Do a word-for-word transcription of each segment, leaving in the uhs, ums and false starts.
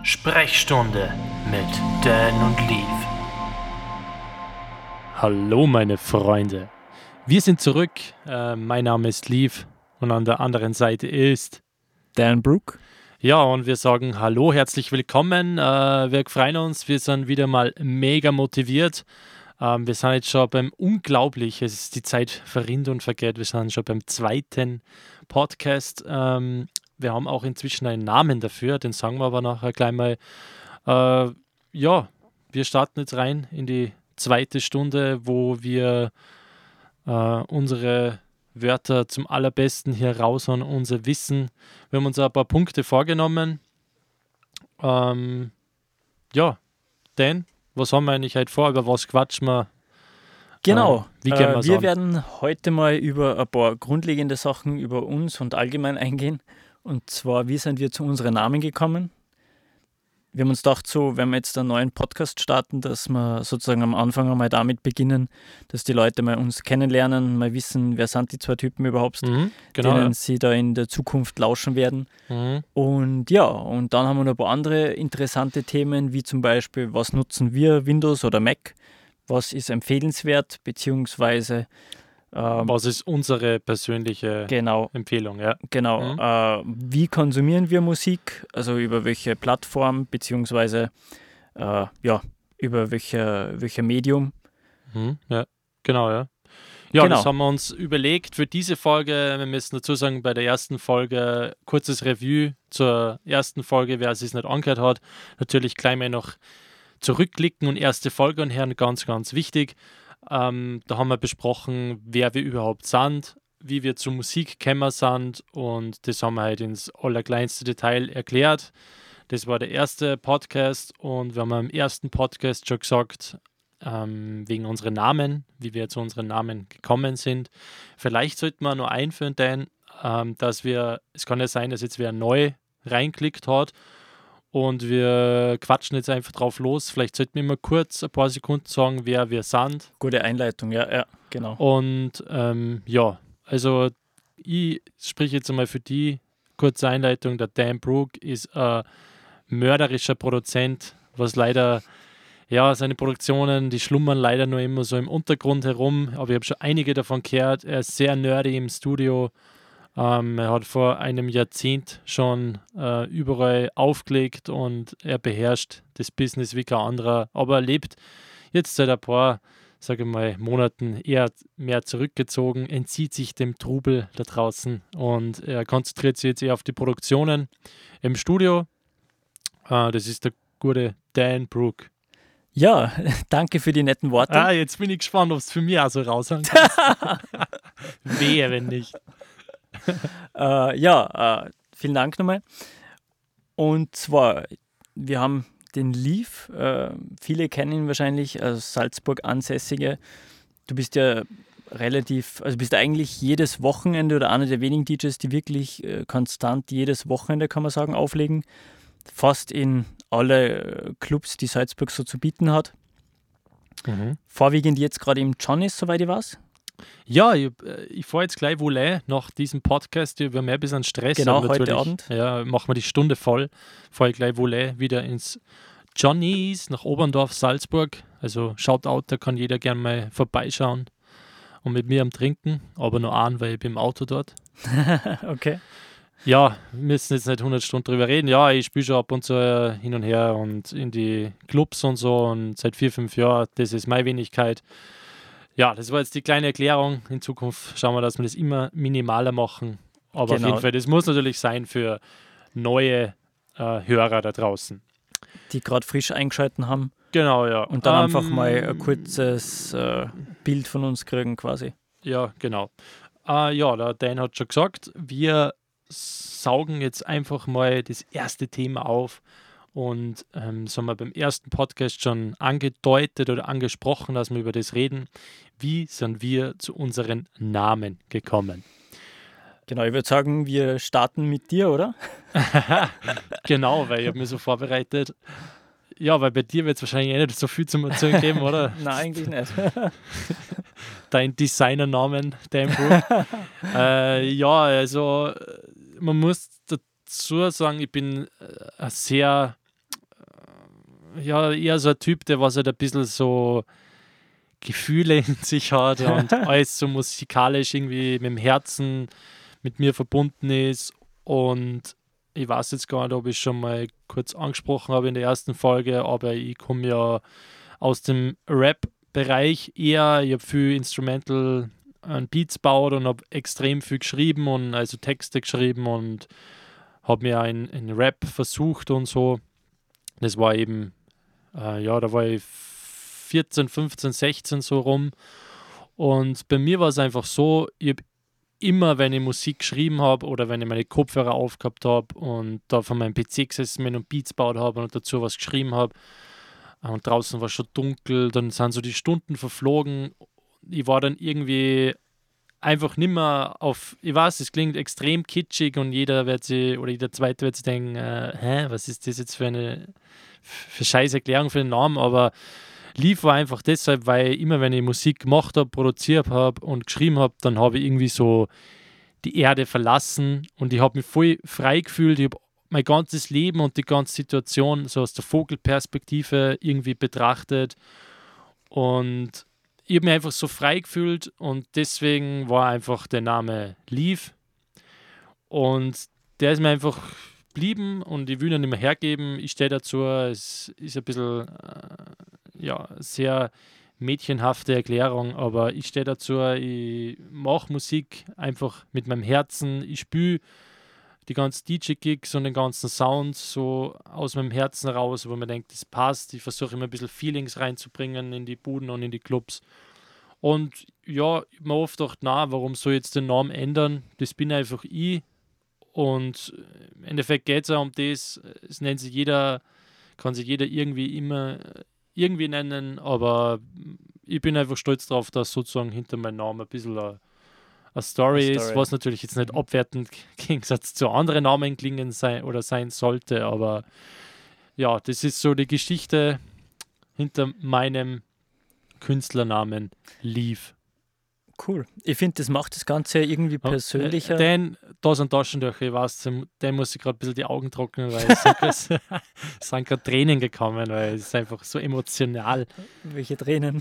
Sprechstunde mit Dan und Liv. Hallo meine Freunde, wir sind zurück. Äh, mein Name ist Liv und an der anderen Seite ist Dan Brook. Ja, und wir sagen hallo, herzlich willkommen. Äh, wir freuen uns, wir sind wieder mal mega motiviert. Ähm, wir sind jetzt schon beim unglaublich, es ist die Zeit verrinnt und vergeht, wir sind schon beim zweiten Podcast. Ähm, wir haben auch inzwischen einen Namen dafür, den sagen wir aber nachher gleich mal. Äh, ja, wir starten jetzt rein in die zweite Stunde, wo wir äh, unsere Wörter zum allerbesten hier raushauen, unser Wissen. Wir haben uns ein paar Punkte vorgenommen. Ähm, ja, Dan, was haben wir eigentlich heute vor? Über was quatschen wir? Genau, Äh, wie gehen äh, wir's wir an? werden heute mal über ein paar grundlegende Sachen über uns und allgemein eingehen. Und zwar, wie sind wir zu unseren Namen gekommen? Wir haben uns gedacht, so, wenn wir jetzt einen neuen Podcast starten, dass wir sozusagen am Anfang einmal damit beginnen, dass die Leute mal uns kennenlernen, mal wissen, wer sind die zwei Typen überhaupt, Mhm, genau. denen Ja. sie da in der Zukunft lauschen werden. Mhm, Und ja, und dann haben wir noch ein paar andere interessante Themen, wie zum Beispiel, was nutzen wir, Windows oder Mac? Was ist empfehlenswert, beziehungsweise ähm, was ist unsere persönliche genau, Empfehlung? Ja. genau, Mhm. äh, wie konsumieren wir Musik, also über welche Plattform, beziehungsweise äh, ja, über welche, welche Medium. Mhm, ja, genau, ja. Ja, Genau. das haben wir uns überlegt für diese Folge. Wir müssen dazu sagen, bei der ersten Folge kurzes Review zur ersten Folge, wer es sich nicht angehört hat. Natürlich gleich mal noch zurückblicken und erste Folge anhören, ganz, ganz wichtig. Ähm, da haben wir besprochen, wer wir überhaupt sind, wie wir zur Musik gekommen sind, und das haben wir halt ins allerkleinste Detail erklärt. Das war der erste Podcast und wir haben im ersten Podcast schon gesagt, ähm, wegen unseren Namen, wie wir zu unseren Namen gekommen sind. Vielleicht sollten wir nur einführen, Dan, ähm, dass wir, es kann ja sein, dass jetzt wer neu reinklickt hat und wir quatschen jetzt einfach drauf los. Vielleicht sollten wir mal kurz ein paar Sekunden sagen, wer wir sind. Gute Einleitung, ja, ja, genau. Und ähm, ja, also ich spreche jetzt einmal für die kurze Einleitung. Der Dan Brook ist ein mörderischer Produzent, was leider, ja, seine Produktionen, die schlummern leider nur immer so im Untergrund herum, aber ich habe schon einige davon gehört. Er ist sehr nerdy im Studio. Ähm, er hat vor einem Jahrzehnt schon äh, überall aufgelegt und er beherrscht das Business wie kein anderer, aber er lebt jetzt seit ein paar, sage ich mal, Monaten eher mehr zurückgezogen, entzieht sich dem Trubel da draußen und er konzentriert sich jetzt eher auf die Produktionen im Studio. Äh, das ist der gute Dan Brook. Ja, danke für die netten Worte. Ah, jetzt bin ich gespannt, ob es für mich auch so raushauen kannst. Wehe, wenn nicht. Äh, ja, äh, vielen Dank nochmal. Und zwar, wir haben den Liv, äh, viele kennen ihn wahrscheinlich als Salzburg Ansässige. Du bist ja relativ, also bist eigentlich jedes Wochenende oder einer der wenigen D Js, die wirklich äh, konstant jedes Wochenende, kann man sagen, auflegen. Fast in alle äh, Clubs, die Salzburg so zu bieten hat. Mhm. Vorwiegend jetzt gerade im Johnny's, soweit ich weiß. Ja, ich, äh, ich fahre jetzt gleich wohl ein, nach diesem Podcast. Wir haben mehr ein bisschen Stress. Genau, aber heute natürlich, Abend. Ja, machen wir die Stunde voll. Fahre ich gleich wohl ein, wieder ins Johnny's nach Oberndorf, Salzburg. Also Shoutout, da kann jeder gerne mal vorbeischauen und mit mir am Trinken. Aber nur an, weil ich bin im Auto dort. Okay. Ja, wir müssen jetzt nicht hundert Stunden drüber reden. Ja, ich spiele schon ab und zu äh, hin und her und in die Clubs und so und seit vier, fünf Jahren, das ist meine Wenigkeit. Ja, das war jetzt die kleine Erklärung. In Zukunft schauen wir, dass wir das immer minimaler machen. Aber auf Genau. jeden Fall, das muss natürlich sein für neue äh, Hörer da draußen. Die gerade frisch eingeschalten haben Genau, ja. und dann Ähm, einfach mal ein kurzes äh, Bild von uns kriegen quasi. Ja, genau. Äh, ja, der Dan hat schon gesagt, wir saugen jetzt einfach mal das erste Thema auf. Und ähm, das haben wir beim ersten Podcast schon angedeutet oder angesprochen, dass wir über das reden. Wie sind wir zu unseren Namen gekommen? Genau, ich würde sagen, wir starten mit dir, oder? Genau, weil ich habe mich so vorbereitet. Ja, weil bei dir wird es wahrscheinlich eh nicht so viel zum Erzählen geben, oder? Nein, eigentlich nicht. Dein Designernamen, Dan Brook. äh, ja, also man muss dazu sagen, ich bin äh, ein sehr ja, eher so ein Typ, der was halt ein bisschen so Gefühle in sich hat und alles so musikalisch irgendwie mit dem Herzen mit mir verbunden ist. Und ich weiß jetzt gar nicht, ob ich schon mal kurz angesprochen habe in der ersten Folge, aber ich komme ja aus dem Rap-Bereich eher. Ich habe viel Instrumental an Beats gebaut und habe extrem viel geschrieben und also Texte geschrieben und habe mir in, in Rap versucht und so. Das war eben, äh, ja, da war ich vierzehn, fünfzehn, sechzehn so rum. Und bei mir war es einfach so, ich habe immer, wenn ich Musik geschrieben habe oder wenn ich meine Kopfhörer aufgehabt habe und da von meinem P C gesessen bin und Beats gebaut habe und dazu was geschrieben habe und draußen war schon dunkel, dann sind so die Stunden verflogen. Ich war dann irgendwie einfach nimmer auf, ich weiß, es klingt extrem kitschig und jeder wird sich, oder jeder Zweite wird sich denken, äh, hä, was ist das jetzt für eine für scheiß Erklärung für den Namen, aber Leaf war einfach deshalb, weil immer, wenn ich Musik gemacht habe, produziert habe und geschrieben habe, dann habe ich irgendwie so die Erde verlassen und ich habe mich voll frei gefühlt. Ich habe mein ganzes Leben und die ganze Situation so aus der Vogelperspektive irgendwie betrachtet und ich habe mich einfach so frei gefühlt und deswegen war einfach der Name Leaf und der ist mir einfach geblieben und ich will ihn nicht mehr hergeben. Ich stehe dazu, es ist ein bisschen äh, ja, sehr mädchenhafte Erklärung, aber ich stehe dazu, ich mache Musik einfach mit meinem Herzen, ich spüre die ganzen D J-Gigs und den ganzen Sound so aus meinem Herzen raus, wo man denkt, das passt. Ich versuche immer ein bisschen Feelings reinzubringen in die Buden und in die Clubs. Und ja, man oft gedacht, na, warum soll ich jetzt den Namen ändern? Das bin einfach ich. Und im Endeffekt geht es ja um das, es nennt sich jeder, kann sich jeder irgendwie immer irgendwie nennen, aber ich bin einfach stolz darauf, dass sozusagen hinter meinem Namen ein bisschen eine, eine Story, Story ist, was natürlich jetzt nicht abwertend im Gegensatz zu anderen Namen klingen sein oder sein sollte, aber ja, das ist so die Geschichte hinter meinem Künstlernamen Leaf. Cool. Ich finde, das macht das Ganze irgendwie persönlicher. Äh, den, da sind Taschentücher, ich weiß, den muss ich gerade ein bisschen die Augen trocknen, weil es sind, sind gerade Tränen gekommen, weil es ist einfach so emotional. Welche Tränen?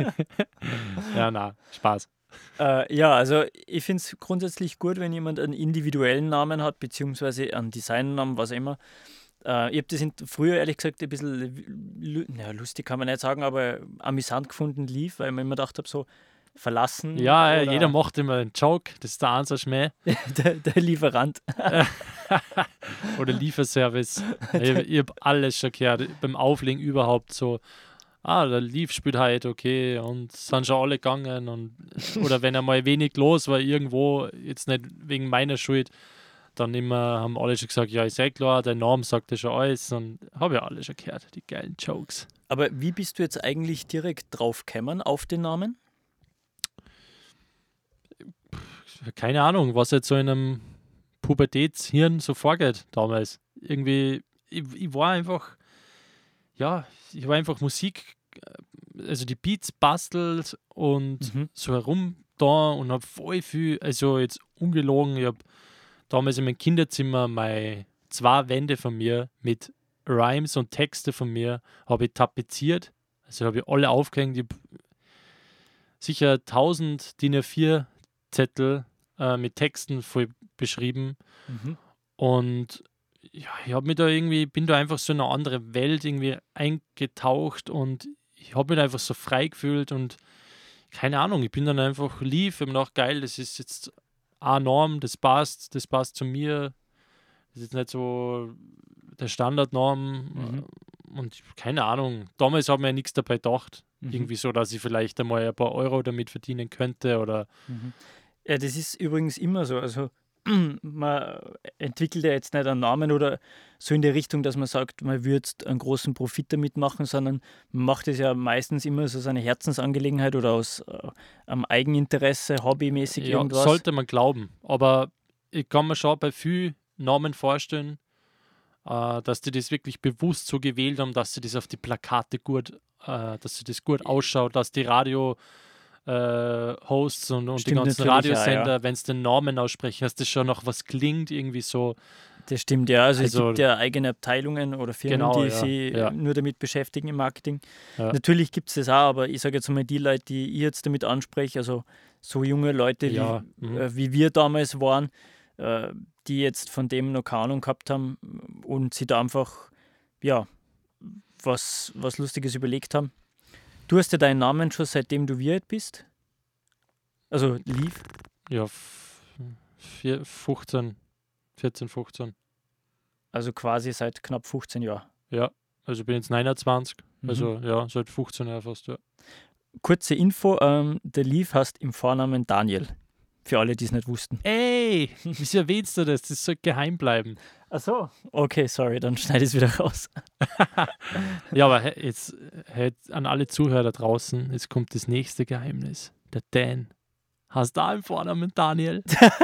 Ja, na, Spaß. Äh, ja, also ich finde es grundsätzlich gut, wenn jemand einen individuellen Namen hat, beziehungsweise einen Designnamen, was auch immer. Äh, ich habe das in, früher ehrlich gesagt ein bisschen, ja, lustig kann man nicht sagen, aber amüsant gefunden, Leaf, weil ich mir immer gedacht habe, so, verlassen. Ja, jeder macht immer einen Joke, das ist der Answer Schmäh. der, der Lieferant. Oder Lieferservice. Ich, ich habe alles schon gehört. Beim Auflegen überhaupt so, ah, der Leaf spielt heute, okay, und sind schon alle gegangen. Und, oder wenn einmal wenig los war irgendwo, jetzt nicht wegen meiner Schuld, dann immer haben alle schon gesagt, ja, ist eh klar, der Name sagt ja schon alles. Und habe ja alle schon gehört, die geilen Jokes. Aber wie bist du jetzt eigentlich direkt drauf gekommen auf den Namen? Keine Ahnung, was jetzt so in einem Pubertätshirn so vorgeht damals. Irgendwie, ich, ich war einfach, ja, ich war einfach Musik, also die Beats bastelt und mhm. so herum da und habe voll viel, also jetzt ungelogen, ich habe damals in meinem Kinderzimmer meine zwei Wände von mir mit Rhymes und Texte von mir habe ich tapeziert, also habe ich alle aufgehängt, ich habe sicher tausend D I N A vier Zettel äh, mit Texten voll beschrieben mhm. und ja, ich habe mich da irgendwie, bin da einfach so in eine andere Welt irgendwie eingetaucht und ich habe mich da einfach so frei gefühlt und keine Ahnung, ich bin dann einfach lief, immer noch geil, das ist jetzt eine Norm, das passt, das passt zu mir, das ist nicht so der Standardnorm mhm. und keine Ahnung, damals habe ich mir nichts dabei gedacht, mhm. irgendwie so, dass ich vielleicht einmal ein paar Euro damit verdienen könnte oder mhm. Ja, das ist übrigens immer so. Also man entwickelt ja jetzt nicht einen Namen oder so in der Richtung, dass man sagt, man würde einen großen Profit damit machen, sondern man macht es ja meistens immer so seine Herzensangelegenheit oder aus äh, einem Eigeninteresse, hobbymäßig ja, irgendwas. Sollte man glauben. Aber ich kann mir schon bei vielen Namen vorstellen, äh, dass die das wirklich bewusst so gewählt haben, dass sie das auf die Plakate gut, äh, dass sie das gut ausschaut, dass die Radio Äh, Hosts und, und die ganzen Radiosender, ja, ja. wenn es den Namen aussprechen, dass das schon noch was klingt, irgendwie so. Das stimmt, ja. Also, Also- es gibt ja eigene Abteilungen oder Firmen, Genau, die ja, sich ja. nur damit beschäftigen im Marketing. Ja. Natürlich gibt es das auch, aber ich sage jetzt mal die Leute, die ich jetzt damit anspreche, also so junge Leute, Ja, wie, mhm. äh, wie wir damals waren, äh, die jetzt von dem noch keine Ahnung gehabt haben und sich da einfach, ja, was, was Lustiges überlegt haben. Du hast ja deinen Namen schon seitdem du wie alt bist? Also Leaf? Ja, f- vier, fünfzehn, vierzehn, fünfzehn. Also quasi seit knapp fünfzehn Jahren. Ja, also ich bin jetzt neunundzwanzig. Mhm. Also ja, seit fünfzehn Jahren fast, ja. Kurze Info, ähm, der Leaf heißt im Vornamen Daniel. Für alle, die es nicht wussten. Ey, wieso erwähnst du das? Das soll geheim bleiben. Ach so. Okay, sorry, dann schneide ich es wieder raus. Ja, aber he- jetzt he, an alle Zuhörer da draußen, jetzt kommt das nächste Geheimnis. Der Dan. Hast du da im Vornamen Daniel?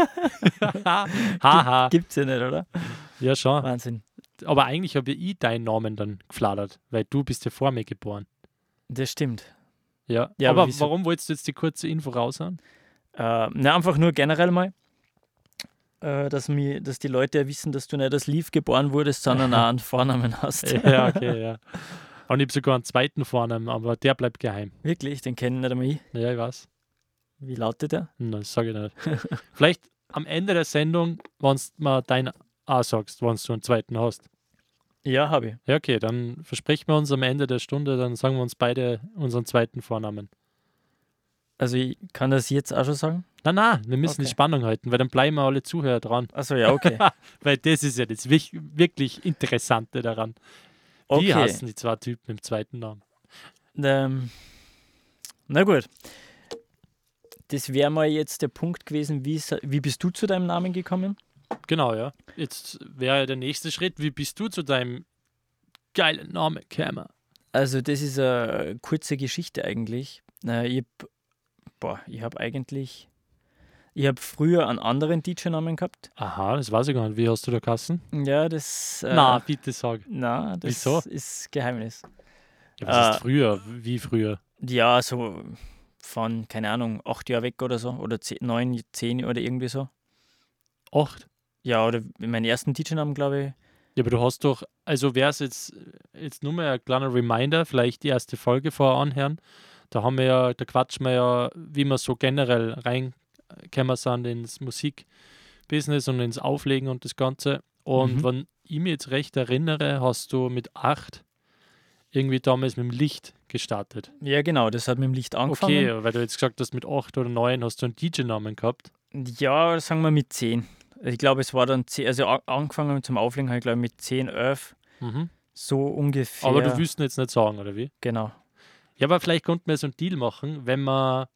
Haha. Gibt's ja nicht, oder? Ja, schon. Wahnsinn. Aber eigentlich habe ich deinen Namen dann gefladert, weil du bist ja vor mir geboren. Das stimmt. Ja, Ja, aber aber wieso- warum wolltest du jetzt die kurze Info raushauen? Äh, na, einfach nur generell mal, äh, dass, mir, dass die Leute ja wissen, dass du nicht als Leaf geboren wurdest, sondern auch einen Vornamen hast. Ja, okay, ja. Und ich habe sogar einen zweiten Vornamen, aber der bleibt geheim. Wirklich, den kennen nicht einmal ich. Ja, ich weiß. Wie lautet der? Hm, Das sage ich nicht. Vielleicht am Ende der Sendung, wenn du mal dein A sagst, wenn du einen zweiten hast. Ja, habe ich. Ja, okay, dann versprechen wir uns am Ende der Stunde, dann sagen wir uns beide unseren zweiten Vornamen. Also ich kann das jetzt auch schon sagen? Na, na, wir müssen die Okay. Spannung halten, weil dann bleiben wir alle Zuhörer dran. Achso, ja, okay. Weil das ist ja das wich- wirklich Interessante daran. Wie Okay. heißen die zwei Typen im zweiten Namen? Ähm, na gut. Das wäre mal jetzt der Punkt gewesen, wie, ist- wie bist du zu deinem Namen gekommen? Genau, ja. Jetzt wäre der nächste Schritt, wie bist du zu deinem geilen Namen gekommen? Also das ist eine kurze Geschichte eigentlich. Äh, Ich habe boah, ich hab eigentlich, ich habe früher einen anderen D J-Namen gehabt. Aha, das weiß ich gar nicht. Wie hast du da Kassen? Ja, das, äh, Na, bitte sag. na, das Wieso? ist Geheimnis. Ja, was heißt Äh, früher? Wie früher? Ja, so von, keine Ahnung, acht Jahre weg oder so. Oder zehn, neun, zehn oder irgendwie so. Acht? Ja, oder meinen ersten D J-Namen, glaube ich. Ja, aber du hast doch, also wäre es jetzt, jetzt nur mal ein kleiner Reminder, vielleicht die erste Folge vorher anhören. Da haben wir ja, da quatschen wir ja, wie wir so generell reinkommen sind ins Musikbusiness und ins Auflegen und das Ganze. Und Mhm. wenn ich mich jetzt recht erinnere, hast du mit acht irgendwie damals mit dem Licht gestartet. Ja, genau, das hat mit dem Licht angefangen. Okay, weil du jetzt gesagt hast, mit acht oder neun hast du einen D J-Namen gehabt. Ja, sagen wir mit zehn. Ich glaube, es war dann zehn, also a- angefangen zum Auflegen habe ich glaube mit zehn, elf, Mhm. so ungefähr. Aber du willst ihn jetzt nicht sagen, oder wie? Genau. Ja, aber vielleicht könnten wir so einen Deal machen, wenn man.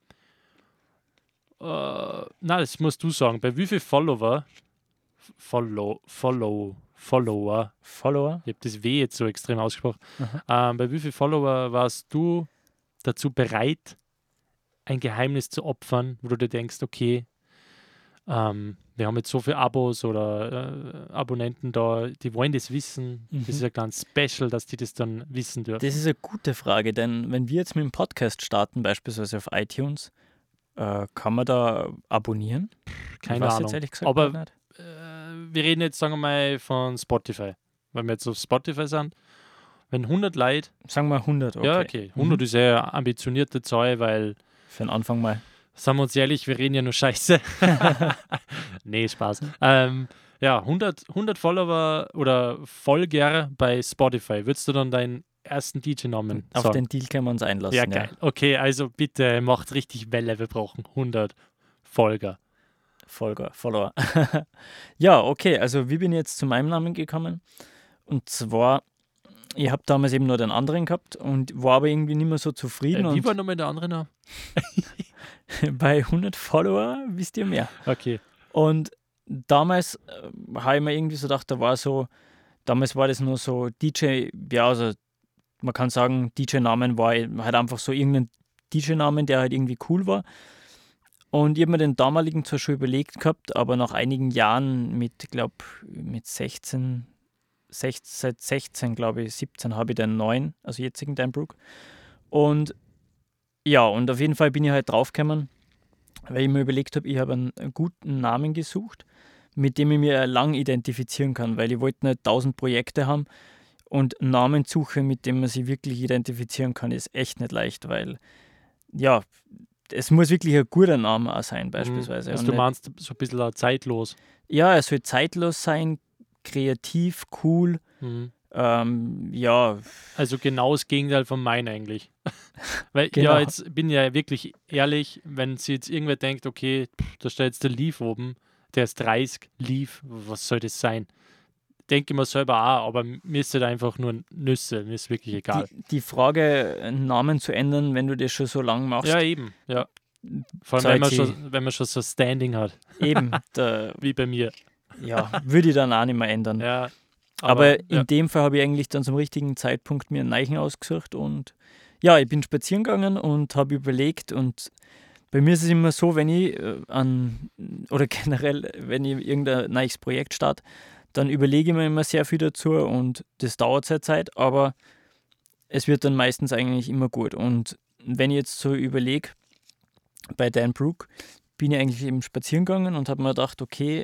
Äh, na, das musst du sagen. Bei wie viel Follower? Follow, Follow, Follower. Follower. Ich habe das W jetzt so extrem ausgesprochen. Mhm. Ähm, bei wie viel Follower warst du dazu bereit, ein Geheimnis zu opfern, wo du dir denkst, okay, ähm, wir haben jetzt so viele Abos oder äh, Abonnenten da, die wollen das wissen. Mhm. Das ist ja ganz special, dass die das dann wissen dürfen. Das ist eine gute Frage, denn wenn wir jetzt mit dem Podcast starten, beispielsweise auf iTunes, äh, kann man da abonnieren? Keine ich weiß Ahnung. Jetzt ehrlich gesagt Aber gar nicht. äh, wir reden jetzt, sagen wir mal, von Spotify. Wenn wir jetzt auf Spotify sind, wenn hundert Leute, Sagen wir hundert, okay. ja, okay, hundert Mhm. ist ja eine ambitionierte Zahl, weil, Für den Anfang mal. sagen wir uns ehrlich, wir reden ja nur Scheiße. Nee, Spaß. Ähm, ja, hundert, hundert Follower oder Folger bei Spotify. Würdest du dann deinen ersten D J-Namen Auf sagen? den Deal können wir uns einlassen. Ja, geil. Okay, also bitte macht richtig Welle, wir brauchen hundert Folger. Folger, Follower. Ja, okay, also wie bin ich jetzt zu meinem Namen gekommen? Und zwar, ich habe damals eben nur den anderen gehabt und war aber irgendwie nicht mehr so zufrieden. Äh, wie und war nochmal der andere Name? bei hundert Follower wisst ihr mehr. Okay. Und damals äh, habe ich mir irgendwie so gedacht, da war so, damals war das nur so D J, ja, also man kann sagen, D J-Namen war halt einfach so irgendein D J-Namen, der halt irgendwie cool war. Und ich habe mir den damaligen zwar schon überlegt gehabt, aber nach einigen Jahren mit, ich glaube, mit sechzehn, sechzehn, seit sechzehn, glaube ich, siebzehn habe ich den neuen, also jetzigen Dan Brook. Und ja, und auf jeden Fall bin ich halt draufgekommen, weil ich mir überlegt habe, ich habe einen guten Namen gesucht, mit dem ich mir lang identifizieren kann, weil ich wollte nicht tausend Projekte haben und Namenssuche, mit dem man sich wirklich identifizieren kann, ist echt nicht leicht, weil ja, es muss wirklich ein guter Name auch sein, beispielsweise. Also Und du nicht- meinst so ein bisschen zeitlos. ja, er soll zeitlos sein, kreativ, cool, Mhm. ähm, ja, Also genau das Gegenteil von meinen eigentlich. Weil Genau. ja, jetzt bin ich ja wirklich ehrlich, wenn sie jetzt irgendwer denkt, okay, pff, da steht jetzt der Leaf oben, der ist dreißig, Leaf, was soll das sein? Denke ich mir selber auch, aber mir ist halt einfach nur Nüsse, mir ist wirklich egal. die, die Frage, einen Namen zu ändern, wenn du das schon so lange machst, Ja, eben, ja. Vor allem, Zahlt wenn man, sie- schon, wenn man schon so Standing hat, eben, da, wie bei mir. ja, würde ich dann auch nicht mehr ändern. Ja, Aber, in ja. dem Fall habe ich eigentlich dann zum richtigen Zeitpunkt mir einen Neichen ausgesucht und ja, ich bin spazieren gegangen und habe überlegt und bei mir ist es immer so, wenn ich äh, an, oder generell, wenn ich irgendein neues Projekt starte, dann überlege ich mir immer sehr viel dazu und das dauert seine Zeit, aber es wird dann meistens eigentlich immer gut. Und wenn ich jetzt so überlege, bei Dan Brook bin ich eigentlich eben spazieren gegangen und habe mir gedacht, okay,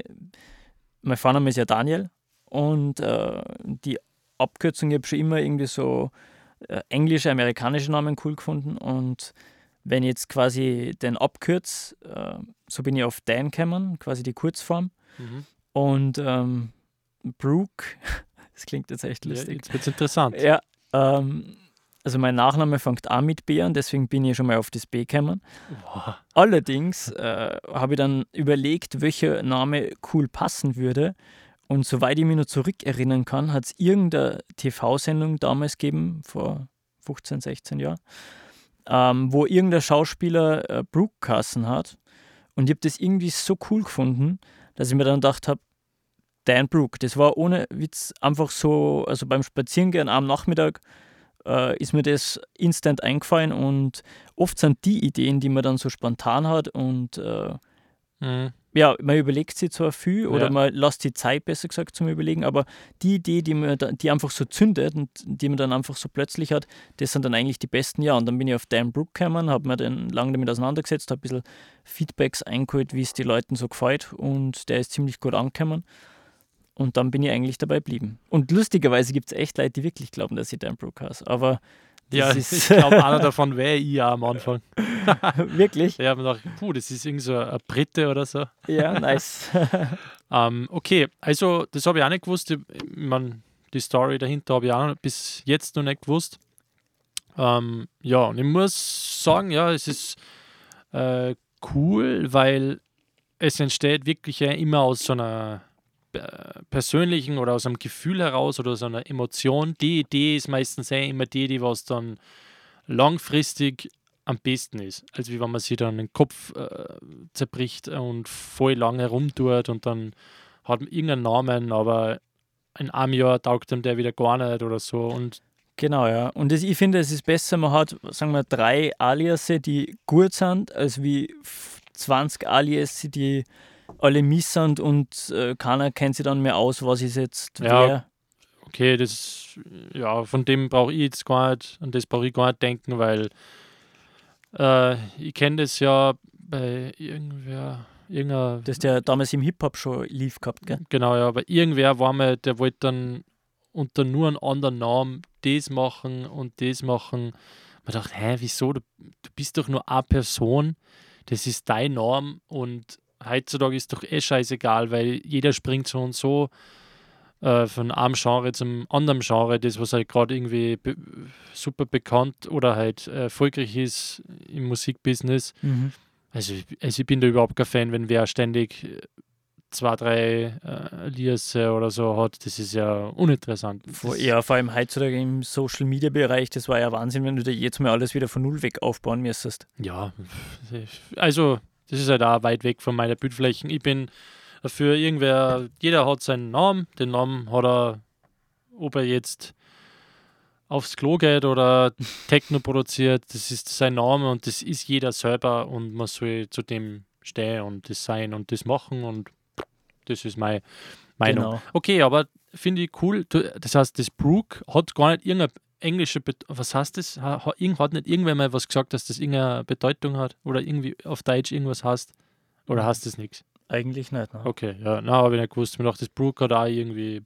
mein Vorname ist ja Daniel und äh, die Abkürzung, ich habe schon immer irgendwie so äh, englische, amerikanische Namen cool gefunden und wenn ich jetzt quasi den abkürze, äh, so bin ich auf Dan gekommen, quasi die Kurzform Mhm. und ähm, Brook, das klingt jetzt echt Ja, lustig. jetzt wird es interessant. Ja, ähm, also mein Nachname fängt auch mit B an, deswegen bin ich schon mal auf das B gekommen. Boah. Allerdings äh, habe ich dann überlegt, welcher Name cool passen würde. Und soweit ich mich noch zurückerinnern kann, hat es irgendeine T V-Sendung damals gegeben, vor fünfzehn, sechzehn Jahren, ähm, wo irgendein Schauspieler äh, Brooke geheißen hat. Und ich habe das irgendwie so cool gefunden, dass ich mir dann gedacht habe, Dan Brook, das war ohne Witz einfach so, also beim Spazierengehen am Nachmittag äh, ist mir das instant eingefallen und oft sind die Ideen, die man dann so spontan hat und äh, Mhm. ja, man überlegt sich zwar viel oder Ja. man lässt die Zeit, besser gesagt, zum Überlegen, aber die Idee, die, man da, die einfach so zündet und die man dann einfach so plötzlich hat, das sind dann eigentlich die besten. Ja, und dann bin ich auf Dan Brook gekommen, habe mir dann lange damit auseinandergesetzt, habe ein bisschen Feedbacks eingeholt, wie es den Leuten so gefällt und der ist ziemlich gut angekommen. Und dann bin ich eigentlich dabei geblieben. Und lustigerweise gibt es echt Leute, die wirklich glauben, dass ich Dan Brook heiße. Aber das Ja, ist ich glaube, einer davon wäre ich ja am Anfang. wirklich, Ich habe mir gedacht, puh, das ist irgend so ein Brite oder so. ja, nice. Ähm, okay, also das habe ich auch nicht gewusst. Ich, ich mein, die Story dahinter habe ich auch noch bis jetzt noch nicht gewusst. Ähm, ja, und ich muss sagen, ja, es ist äh, cool, weil es entsteht wirklich ja immer aus so einer äh, persönlichen oder aus einem Gefühl heraus oder so einer Emotion. Die Idee ist meistens eh immer die, die was dann langfristig am besten ist. Also wie wenn man sich dann den Kopf äh, zerbricht und voll lange rumtut und dann hat man irgendeinen Namen, aber in einem Jahr taugt ihm der wieder gar nicht oder so. Und Genau, ja. Und das, ich finde, es ist besser, man hat, sagen wir, drei Aliasse, die gut sind, als wie f- zwanzig Aliasse, die alle mies sind und äh, keiner kennt sich dann mehr aus, was ist jetzt Ja. wer. okay, das ja, von dem brauche ich jetzt gar nicht, an das brauche ich gar nicht denken, weil äh, ich kenne das ja bei irgendwer, irgendeiner Das der damals im Hip-Hop schon lief gehabt, gell? Genau, ja, aber irgendwer war mal, der wollte dann unter nur einem anderen Namen das machen und das machen. Man dachte, hä, wieso? Du, du bist doch nur eine Person, das ist dein Name und heutzutage ist doch eh scheißegal, weil jeder springt so und so äh, von einem Genre zum anderen Genre, das was halt gerade irgendwie be super bekannt oder halt äh, erfolgreich ist im Musikbusiness. Mhm. Also ich, also ich bin da überhaupt kein Fan, wenn wer ständig äh, zwei, drei äh, Liasse oder so hat. Das ist ja uninteressant. Vor, Das, ja, vor allem heutzutage im Social-Media-Bereich, das war ja Wahnsinn, wenn du da jetzt mal alles wieder von Null weg aufbauen müsstest. ja, also das ist halt auch weit weg von meiner Bildflächen. Ich bin für irgendwer, jeder hat seinen Namen. Den Namen hat er, ob er jetzt aufs Klo geht oder Techno produziert, das ist sein Name und das ist jeder selber und man soll zu dem stehen und das sein und das machen und das ist meine Meinung. Genau. Okay, aber finde ich cool. Du, das heißt, das Brook hat gar nicht irgendeine englische Bedeutung. Was heißt das? Ha, ha, irgend- hat nicht irgendwer mal was gesagt, dass das irgendeine Bedeutung hat oder irgendwie auf Deutsch irgendwas heißt? Oder heißt das nichts? Eigentlich nicht, ne? Okay, ja, na, habe ich nicht gewusst. Mir dachte, das Brook hat auch irgendwie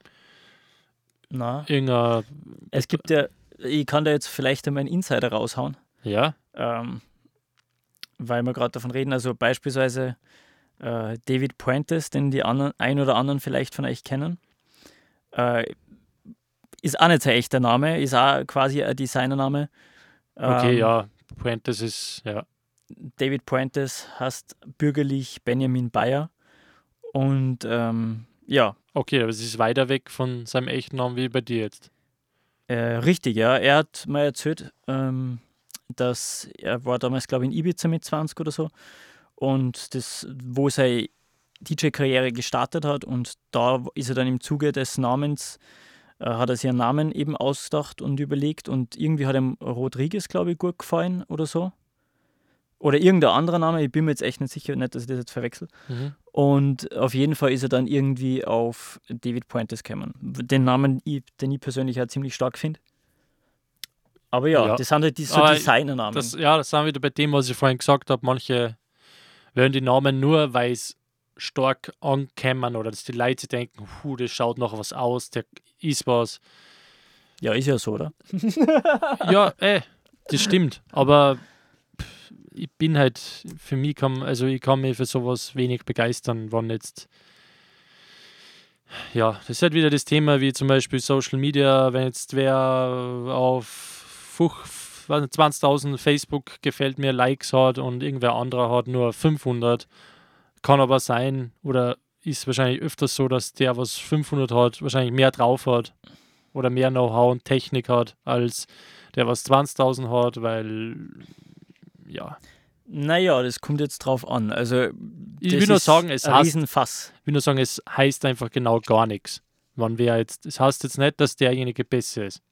Na, irgendein, es gibt ja, ich kann da jetzt vielleicht einmal einen Insider raushauen, ja, ähm, weil wir gerade davon reden, also beispielsweise äh, David Puentes, den die anderen, ein oder anderen vielleicht von euch kennen, äh, ist auch nicht sein echter Name, ist auch quasi ein Designername. okay, Ähm, ja, Puentes ist, ja, David Puentes heißt bürgerlich Benjamin Bayer und ähm, ja, okay, aber es ist weiter weg von seinem echten Namen wie bei dir jetzt. äh, richtig, ja. Er hat mal erzählt, ähm, dass er war damals, glaube ich, in Ibiza mit zwanzig oder so und das, wo seine D J-Karriere gestartet hat und da ist er dann im Zuge des Namens, äh, hat er sich einen Namen eben ausgedacht und überlegt und irgendwie hat ihm Rodriguez, glaube ich, gut gefallen oder so. Oder irgendein anderer Name, ich bin mir jetzt echt nicht sicher, nicht, dass ich das jetzt verwechsel. Mhm. Und auf jeden Fall ist er dann irgendwie auf David Puentes gekommen. Den Namen, ich- den ich persönlich auch ziemlich stark finde. Aber ja, Ja. das sind halt die, so Aber Designernamen. Das, ja, das sind wir wieder bei dem, was ich vorhin gesagt habe. Manche wählen die Namen nur, weil es stark ankämen oder dass die Leute sich denken, puh, das schaut noch was aus, der ist was. Ja, ist ja so, oder? Ja, ey, das stimmt. Aber pff, ich bin halt, für mich kann, also ich kann mich für sowas wenig begeistern, wann jetzt. Ja, das ist halt wieder das Thema wie zum Beispiel Social Media, wenn jetzt wer auf fuch- was nicht, zwanzigtausend Facebook gefällt mir Likes hat und irgendwer anderer hat nur fünfhundert. Kann aber sein, oder ist wahrscheinlich öfters so, dass der, was fünfhundert hat, wahrscheinlich mehr drauf hat oder mehr Know-how und Technik hat, als der, was zwanzigtausend hat, weil, ja, Naja, das kommt jetzt drauf an. Also, ich das will nur ist sagen, es ein heißt, Riesenfass. ich will nur sagen, es heißt einfach genau gar nichts. Wann wer jetzt, es heißt jetzt nicht, dass derjenige besser ist.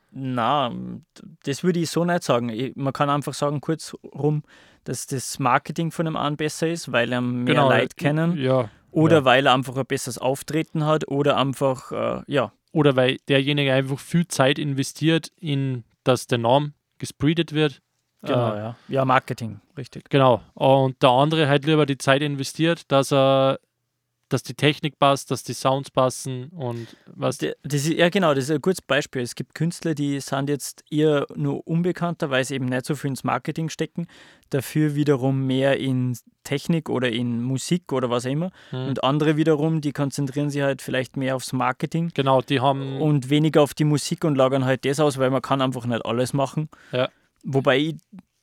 Na, das würde ich so nicht sagen. Ich, man kann einfach sagen, kurz rum, dass das Marketing von einem einen besser ist, weil er mehr Genau, Leute kennen ja. oder ja. weil er einfach ein besseres Auftreten hat oder einfach, äh, ja, Oder weil derjenige einfach viel Zeit investiert, in dass der Name gespreadet wird. genau, Äh, ja. Ja, Marketing, richtig. Genau. Und der andere halt lieber die Zeit investiert, dass er, dass die Technik passt, dass die Sounds passen und was. D- Das ist, ja, genau, das ist ein gutes Beispiel. Es gibt Künstler, die sind jetzt eher nur unbekannter, weil sie eben nicht so viel ins Marketing stecken, dafür wiederum mehr in Technik oder in Musik oder was auch immer. Hm. Und andere wiederum, die konzentrieren sich halt vielleicht mehr aufs Marketing Genau, die haben. und weniger auf die Musik und lagern halt das aus, weil man kann einfach nicht alles machen. Ja. Wobei ich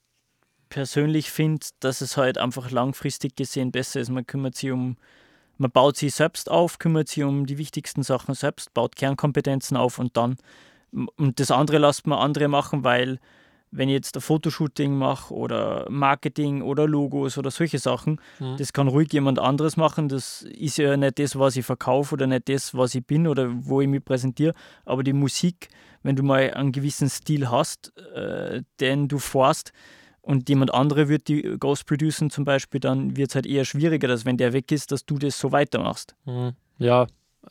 persönlich finde, dass es halt einfach langfristig gesehen besser ist. Man kümmert sich um, man baut sich selbst auf, kümmert sich um die wichtigsten Sachen selbst, baut Kernkompetenzen auf und dann, und das andere lasst man andere machen, weil wenn ich jetzt ein Fotoshooting mache oder Marketing oder Logos oder solche Sachen, Hm. das kann ruhig jemand anderes machen. Das ist ja nicht das, was ich verkaufe oder nicht das, was ich bin oder wo ich mich präsentiere. Aber die Musik, wenn du mal einen gewissen Stil hast, äh, den du forst und jemand andere wird die Ghost producen zum Beispiel, dann wird es halt eher schwieriger, dass wenn der weg ist, dass du das so weitermachst, Hm. Ja.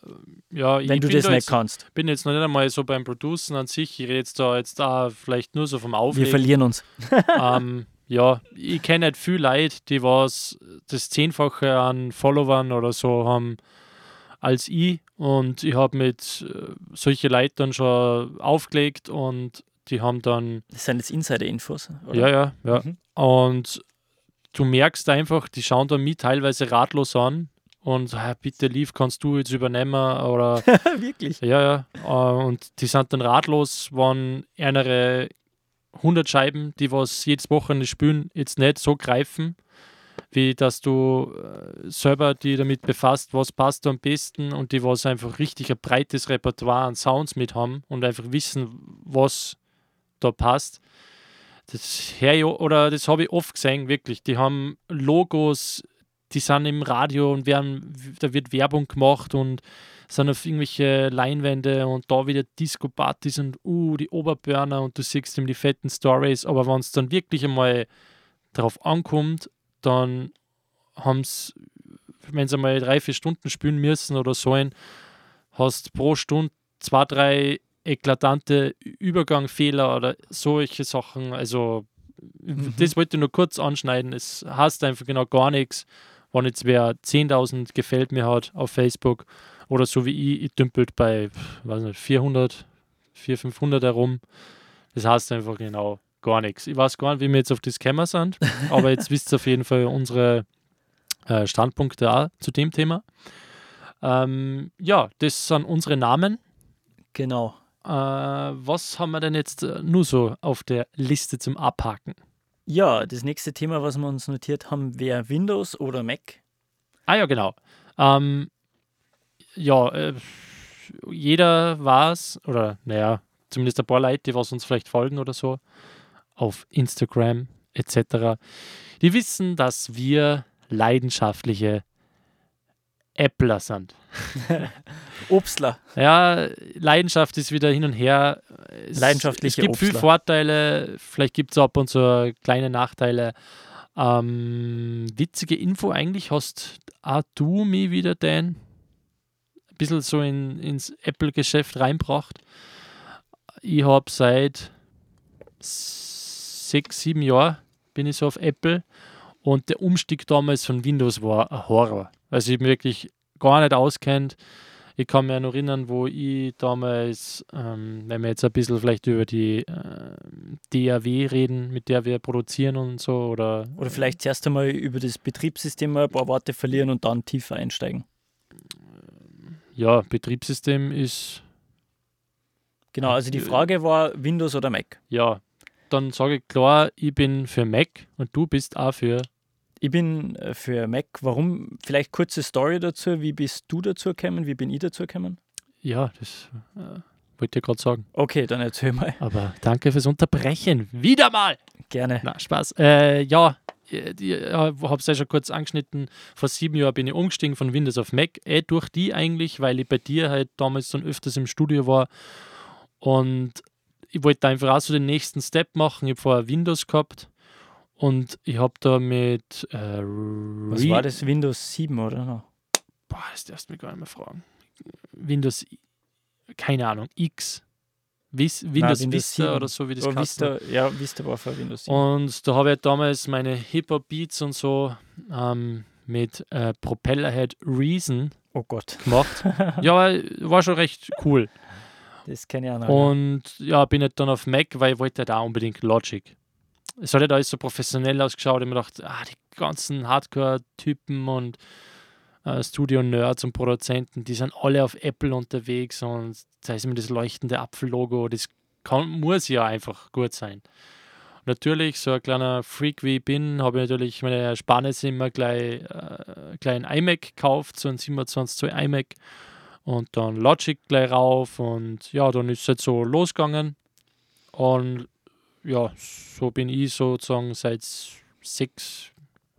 Ja, wenn ich du bin das da nicht jetzt, kannst. bin jetzt noch nicht einmal so beim Producen an sich. Ich rede jetzt da jetzt da vielleicht nur so vom Wir Auflegen. verlieren uns. ähm, ja, ich kenne nicht viel Leute, die was das Zehnfache an Followern oder so haben als ich, und ich habe mit äh, solche Leute dann schon aufgelegt und die haben dann, Das sind jetzt Insider-Infos, oder? ja, ja, ja, Mhm. und du merkst einfach, die schauen dann mich teilweise ratlos an und ah, bitte, Liv, kannst du jetzt übernehmen oder Wirklich? ja, ja, äh, und die sind dann ratlos, wenn eine hundert Scheiben, die was jedes Wochenende spielen, jetzt nicht so greifen, wie dass du äh, selber die damit befasst, was passt am besten, und die was einfach richtig ein breites Repertoire an Sounds mit haben und einfach wissen, was da passt. Das her ich, oder das habe ich oft gesehen, wirklich. Die haben Logos, die sind im Radio und werden, da wird Werbung gemacht und sind auf irgendwelche Leinwände und da wieder Disco-Partys und uh, die Oberburner und du siehst ihm die fetten Stories, aber wenn es dann wirklich einmal darauf ankommt, dann haben sie, wenn sie einmal drei, vier Stunden spielen müssen oder sollen, hast pro Stunde zwei, drei eklatante Übergangfehler oder solche Sachen. Also, Mhm. das wollte ich nur kurz anschneiden. Es heißt einfach genau gar nichts. wenn jetzt wer zehntausend gefällt mir hat auf Facebook oder so wie ich, ich dümpelt bei, weiß nicht, vierhundert, vierhundert, fünfhundert herum. Das heißt einfach genau gar nichts. Ich weiß gar nicht, wie wir jetzt auf das gekommen sind, aber jetzt wisst ihr auf jeden Fall unsere äh, Standpunkte auch zu dem Thema. Ähm, ja, das sind unsere Namen. Genau. Äh, was haben wir denn jetzt äh, nur so auf der Liste zum Abhaken? Ja, das nächste Thema, was wir uns notiert haben, wäre Windows oder Mac. Ah ja, genau. Ähm, ja, äh, jeder weiß, oder naja, zumindest ein paar Leute, die was uns vielleicht folgen oder so, auf Instagram et cetera, die wissen, dass wir leidenschaftliche Appler sind. Obstler. Ja, Leidenschaft ist wieder hin und her. Es, Leidenschaftliche Es gibt viele Obstler. Vorteile, vielleicht gibt es ab und zu kleine Nachteile. Ähm, witzige Info eigentlich, hast auch du mich wieder den ein bisschen so in, ins Apple-Geschäft reinbracht. Ich habe seit sechs, sieben Jahren bin ich so auf Apple und der Umstieg damals von Windows war ein Horror. Also ich mich wirklich gar nicht auskennt. Ich kann mich noch erinnern, wo ich damals, ähm, wenn wir jetzt ein bisschen vielleicht über die äh, D A W reden, mit der wir produzieren und so, oder... Oder vielleicht zuerst einmal über das Betriebssystem mal ein paar Worte verlieren und dann tiefer einsteigen. Ja, Betriebssystem ist... Genau, also die Frage war Windows oder Mac. Ja, dann sage ich klar, ich bin für Mac und du bist auch für... Ich bin äh, für Mac. Warum? Vielleicht kurze Story dazu. Wie bist du dazu gekommen? Wie bin ich dazu gekommen? Ja, das äh, wollte ich gerade sagen. Okay, dann erzähl mal. Aber danke fürs Unterbrechen. Wieder mal! Gerne. Na, Spaß. Äh, ja, ich, ich habe es ja schon kurz angeschnitten. Vor sieben Jahren bin ich umgestiegen von Windows auf Mac. Eh durch die eigentlich, weil ich bei dir halt damals dann öfters im Studio war. Und ich wollte einfach auch so den nächsten Step machen. Ich habe vorher Windows gehabt. Und ich habe da mit äh, Was war das? Windows sieben, oder? No. Boah, das darfst du mich gar nicht mehr fragen. Windows, keine Ahnung, X, Vis, Windows, Nein, Windows Vista sieben. oder so wie das Oh, Vista. Vista, ja, Vista war für Windows sieben. Und da habe ich halt damals meine Hip-Hop-Beats und so ähm, mit äh, Propellerhead Reason Oh Gott, gemacht. Ja, aber war schon recht cool. das kenne ich auch noch. Und ja, bin halt dann auf Mac, weil ich wollte halt auch unbedingt Logic. Es hat halt alles so professionell ausgeschaut. Ich habe mir gedacht, ah, die ganzen Hardcore-Typen und äh, Studio-Nerds und Produzenten, die sind alle auf Apple unterwegs und da ist immer das leuchtende Apfel-Logo, das kann, muss ja einfach gut sein. Und natürlich, so ein kleiner Freak wie ich bin, habe ich natürlich meine Ersparnisse immer gleich, äh, gleich ein iMac gekauft, so ein siebenundzwanzig Zoll iMac und dann Logic gleich rauf und ja, dann ist es halt so losgegangen und ja, so bin ich sozusagen seit sechs,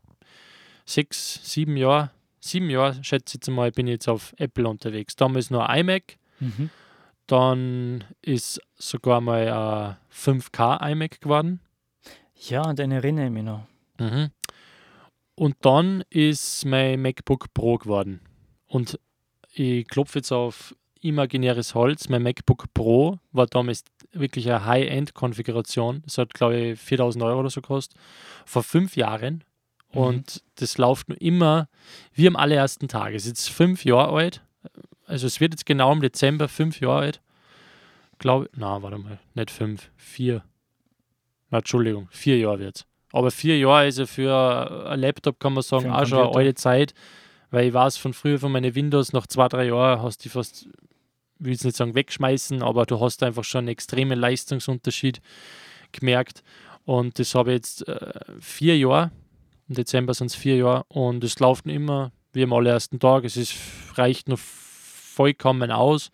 sechs, sieben Jahren, sieben Jahre, schätze ich jetzt mal, bin ich jetzt auf Apple unterwegs. Damals nur ein iMac, Mhm. dann ist sogar mal ein fünf K iMac geworden. Ja, an den erinnere ich mich noch. Mhm. Und dann ist mein MacBook Pro geworden. Und ich klopfe jetzt auf imaginäres Holz. Mein MacBook Pro war damals wirklich eine High-End-Konfiguration. Das hat, glaube ich, viertausend Euro oder so gekostet. Vor fünf Jahren. Mhm. Und das läuft nur immer wie am allerersten Tag. Es ist jetzt fünf Jahre alt. Also es wird jetzt genau im Dezember fünf Jahre alt. Glaube na, warte mal, nicht fünf, vier. Na, Entschuldigung, vier Jahre wird es. Aber vier Jahre ist ja für ein Laptop, kann man sagen, Für einen auch schon eine Computer. alte Zeit. Weil ich weiß von früher, von meinen Windows, nach zwei, drei Jahren hast du die fast, ich will jetzt nicht sagen wegschmeißen, aber du hast einfach schon einen extremen Leistungsunterschied gemerkt. Und das habe ich jetzt äh, vier Jahre. Im Dezember sind es vier Jahre. Und es läuft noch immer wie am allerersten Tag. Es ist, reicht noch vollkommen aus.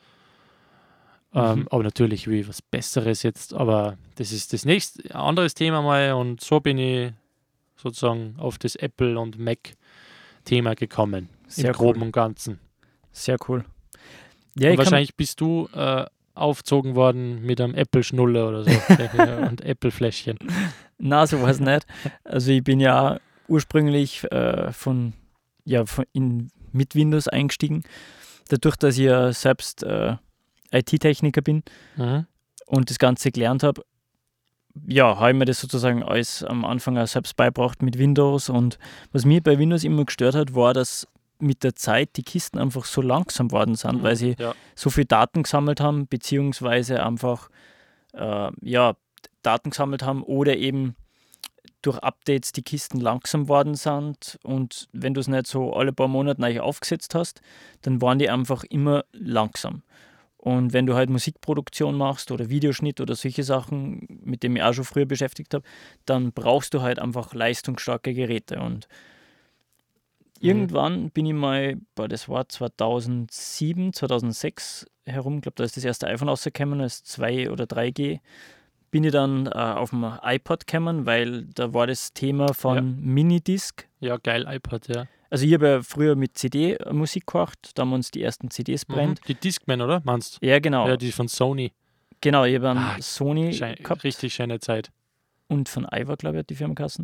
Ähm, Mhm. aber natürlich will ich was Besseres jetzt. Aber das ist das nächste, ein anderes Thema mal. Und so bin ich sozusagen auf das Apple- und Mac-Thema gekommen. Sehr Im Groben cool. und Ganzen. Sehr cool. Ja, Und ich kann, wahrscheinlich bist du äh, aufgezogen worden mit einem Apple-Schnuller oder so. Und Apple-Fläschchen. na, so war es nicht. Also ich bin ja ursprünglich äh, von, ja, von in, mit Windows eingestiegen. Dadurch, dass ich ja selbst äh, I T-Techniker bin Mhm. und das Ganze gelernt habe, ja, habe ich mir das sozusagen alles am Anfang auch selbst beigebracht mit Windows. Und was mich bei Windows immer gestört hat, war, dass mit der Zeit die Kisten einfach so langsam worden sind, Mhm, weil sie ja. so viel Daten gesammelt haben, beziehungsweise einfach äh, ja, Daten gesammelt haben oder eben durch Updates die Kisten langsam worden sind. Und wenn du es nicht so alle paar Monate neu aufgesetzt hast, dann waren die einfach immer langsam. Und wenn du halt Musikproduktion machst oder Videoschnitt oder solche Sachen, mit denen ich auch schon früher beschäftigt habe, dann brauchst du halt einfach leistungsstarke Geräte. Und Mhm. irgendwann bin ich mal, boah, das war zweitausendsieben, zweitausendsechs herum, ich glaube, da ist das erste iPhone rausgekommen, als zwei oder drei G, bin ich dann äh, auf dem iPod gekommen, weil da war das Thema von Ja. Minidisc. Ja, geil, iPod, ja. Also ich habe ja früher mit C D Musik gemacht, da haben wir uns die ersten C Ds Mhm. brennt. Die Discman, oder? Meinst du? Ja, genau. Ja, die von Sony. Genau, ich habe einen Ah, Sony Schein, gehabt richtig schöne Zeit. und von Ivar, glaube ich, hat die Firma geheißen.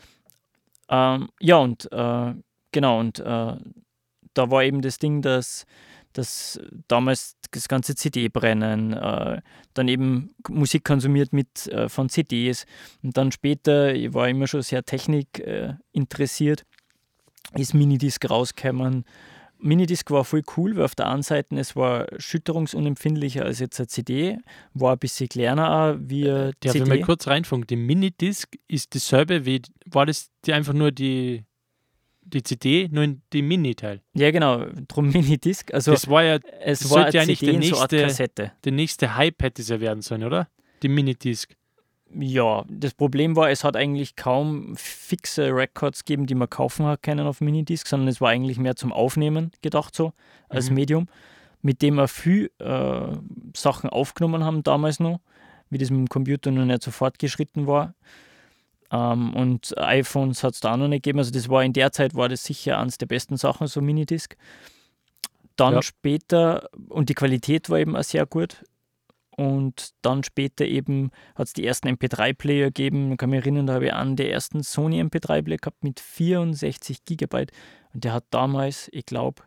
Ähm, ja, und äh, genau, und äh, da war eben das Ding, dass, dass damals das ganze C D-Brennen, äh, dann eben Musik konsumiert mit äh, von C Ds und dann später, ich war immer schon sehr Technik äh, interessiert, ist Minidisc rausgekommen. Minidisc war voll cool, weil auf der einen Seite es war schütterungsunempfindlicher als jetzt eine C D, war ein bisschen kleiner auch wie eine Darf ich mal C D. kurz reinfunken? Die Minidisc ist dasselbe wie, war das die einfach nur die, die C D, nur in die Mini-Teil? Ja, genau, drum Minidisc. Also Das war ja, es das war sollte ja eine eigentlich C D der in so eine Art nächste- Kassette. der nächste Hype hätte es ja werden sollen, oder? Die Minidisc. Ja, das Problem war, es hat eigentlich kaum fixe Records gegeben, die man kaufen hat können auf Minidisc, sondern es war eigentlich mehr zum Aufnehmen gedacht so, als Mhm. Medium, mit dem wir viel äh, Sachen aufgenommen haben damals noch, wie das mit dem Computer noch nicht so fortgeschritten war. Ähm, und iPhones hat es da auch noch nicht gegeben, also das war in der Zeit, war das sicher eines der besten Sachen, so Minidisc. Dann Ja. später, und die Qualität war eben auch sehr gut. Und dann später eben hat es die ersten M P drei Player gegeben. Ich kann mich erinnern, da habe ich einen der ersten Sony M P drei Player gehabt mit vierundsechzig Gigabyte. Und der hat damals, ich glaube,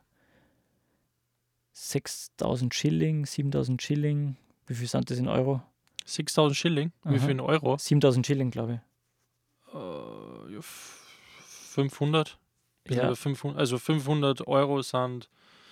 sechstausend Schilling, siebentausend Schilling. Wie viel sind das in Euro? sechstausend Schilling? Wie Aha. viel in Euro? siebentausend Schilling, glaube Äh, ja, f- fünfhundert? ich. Bisschen Ja, über fünfhundert. Also fünfhundert Euro sind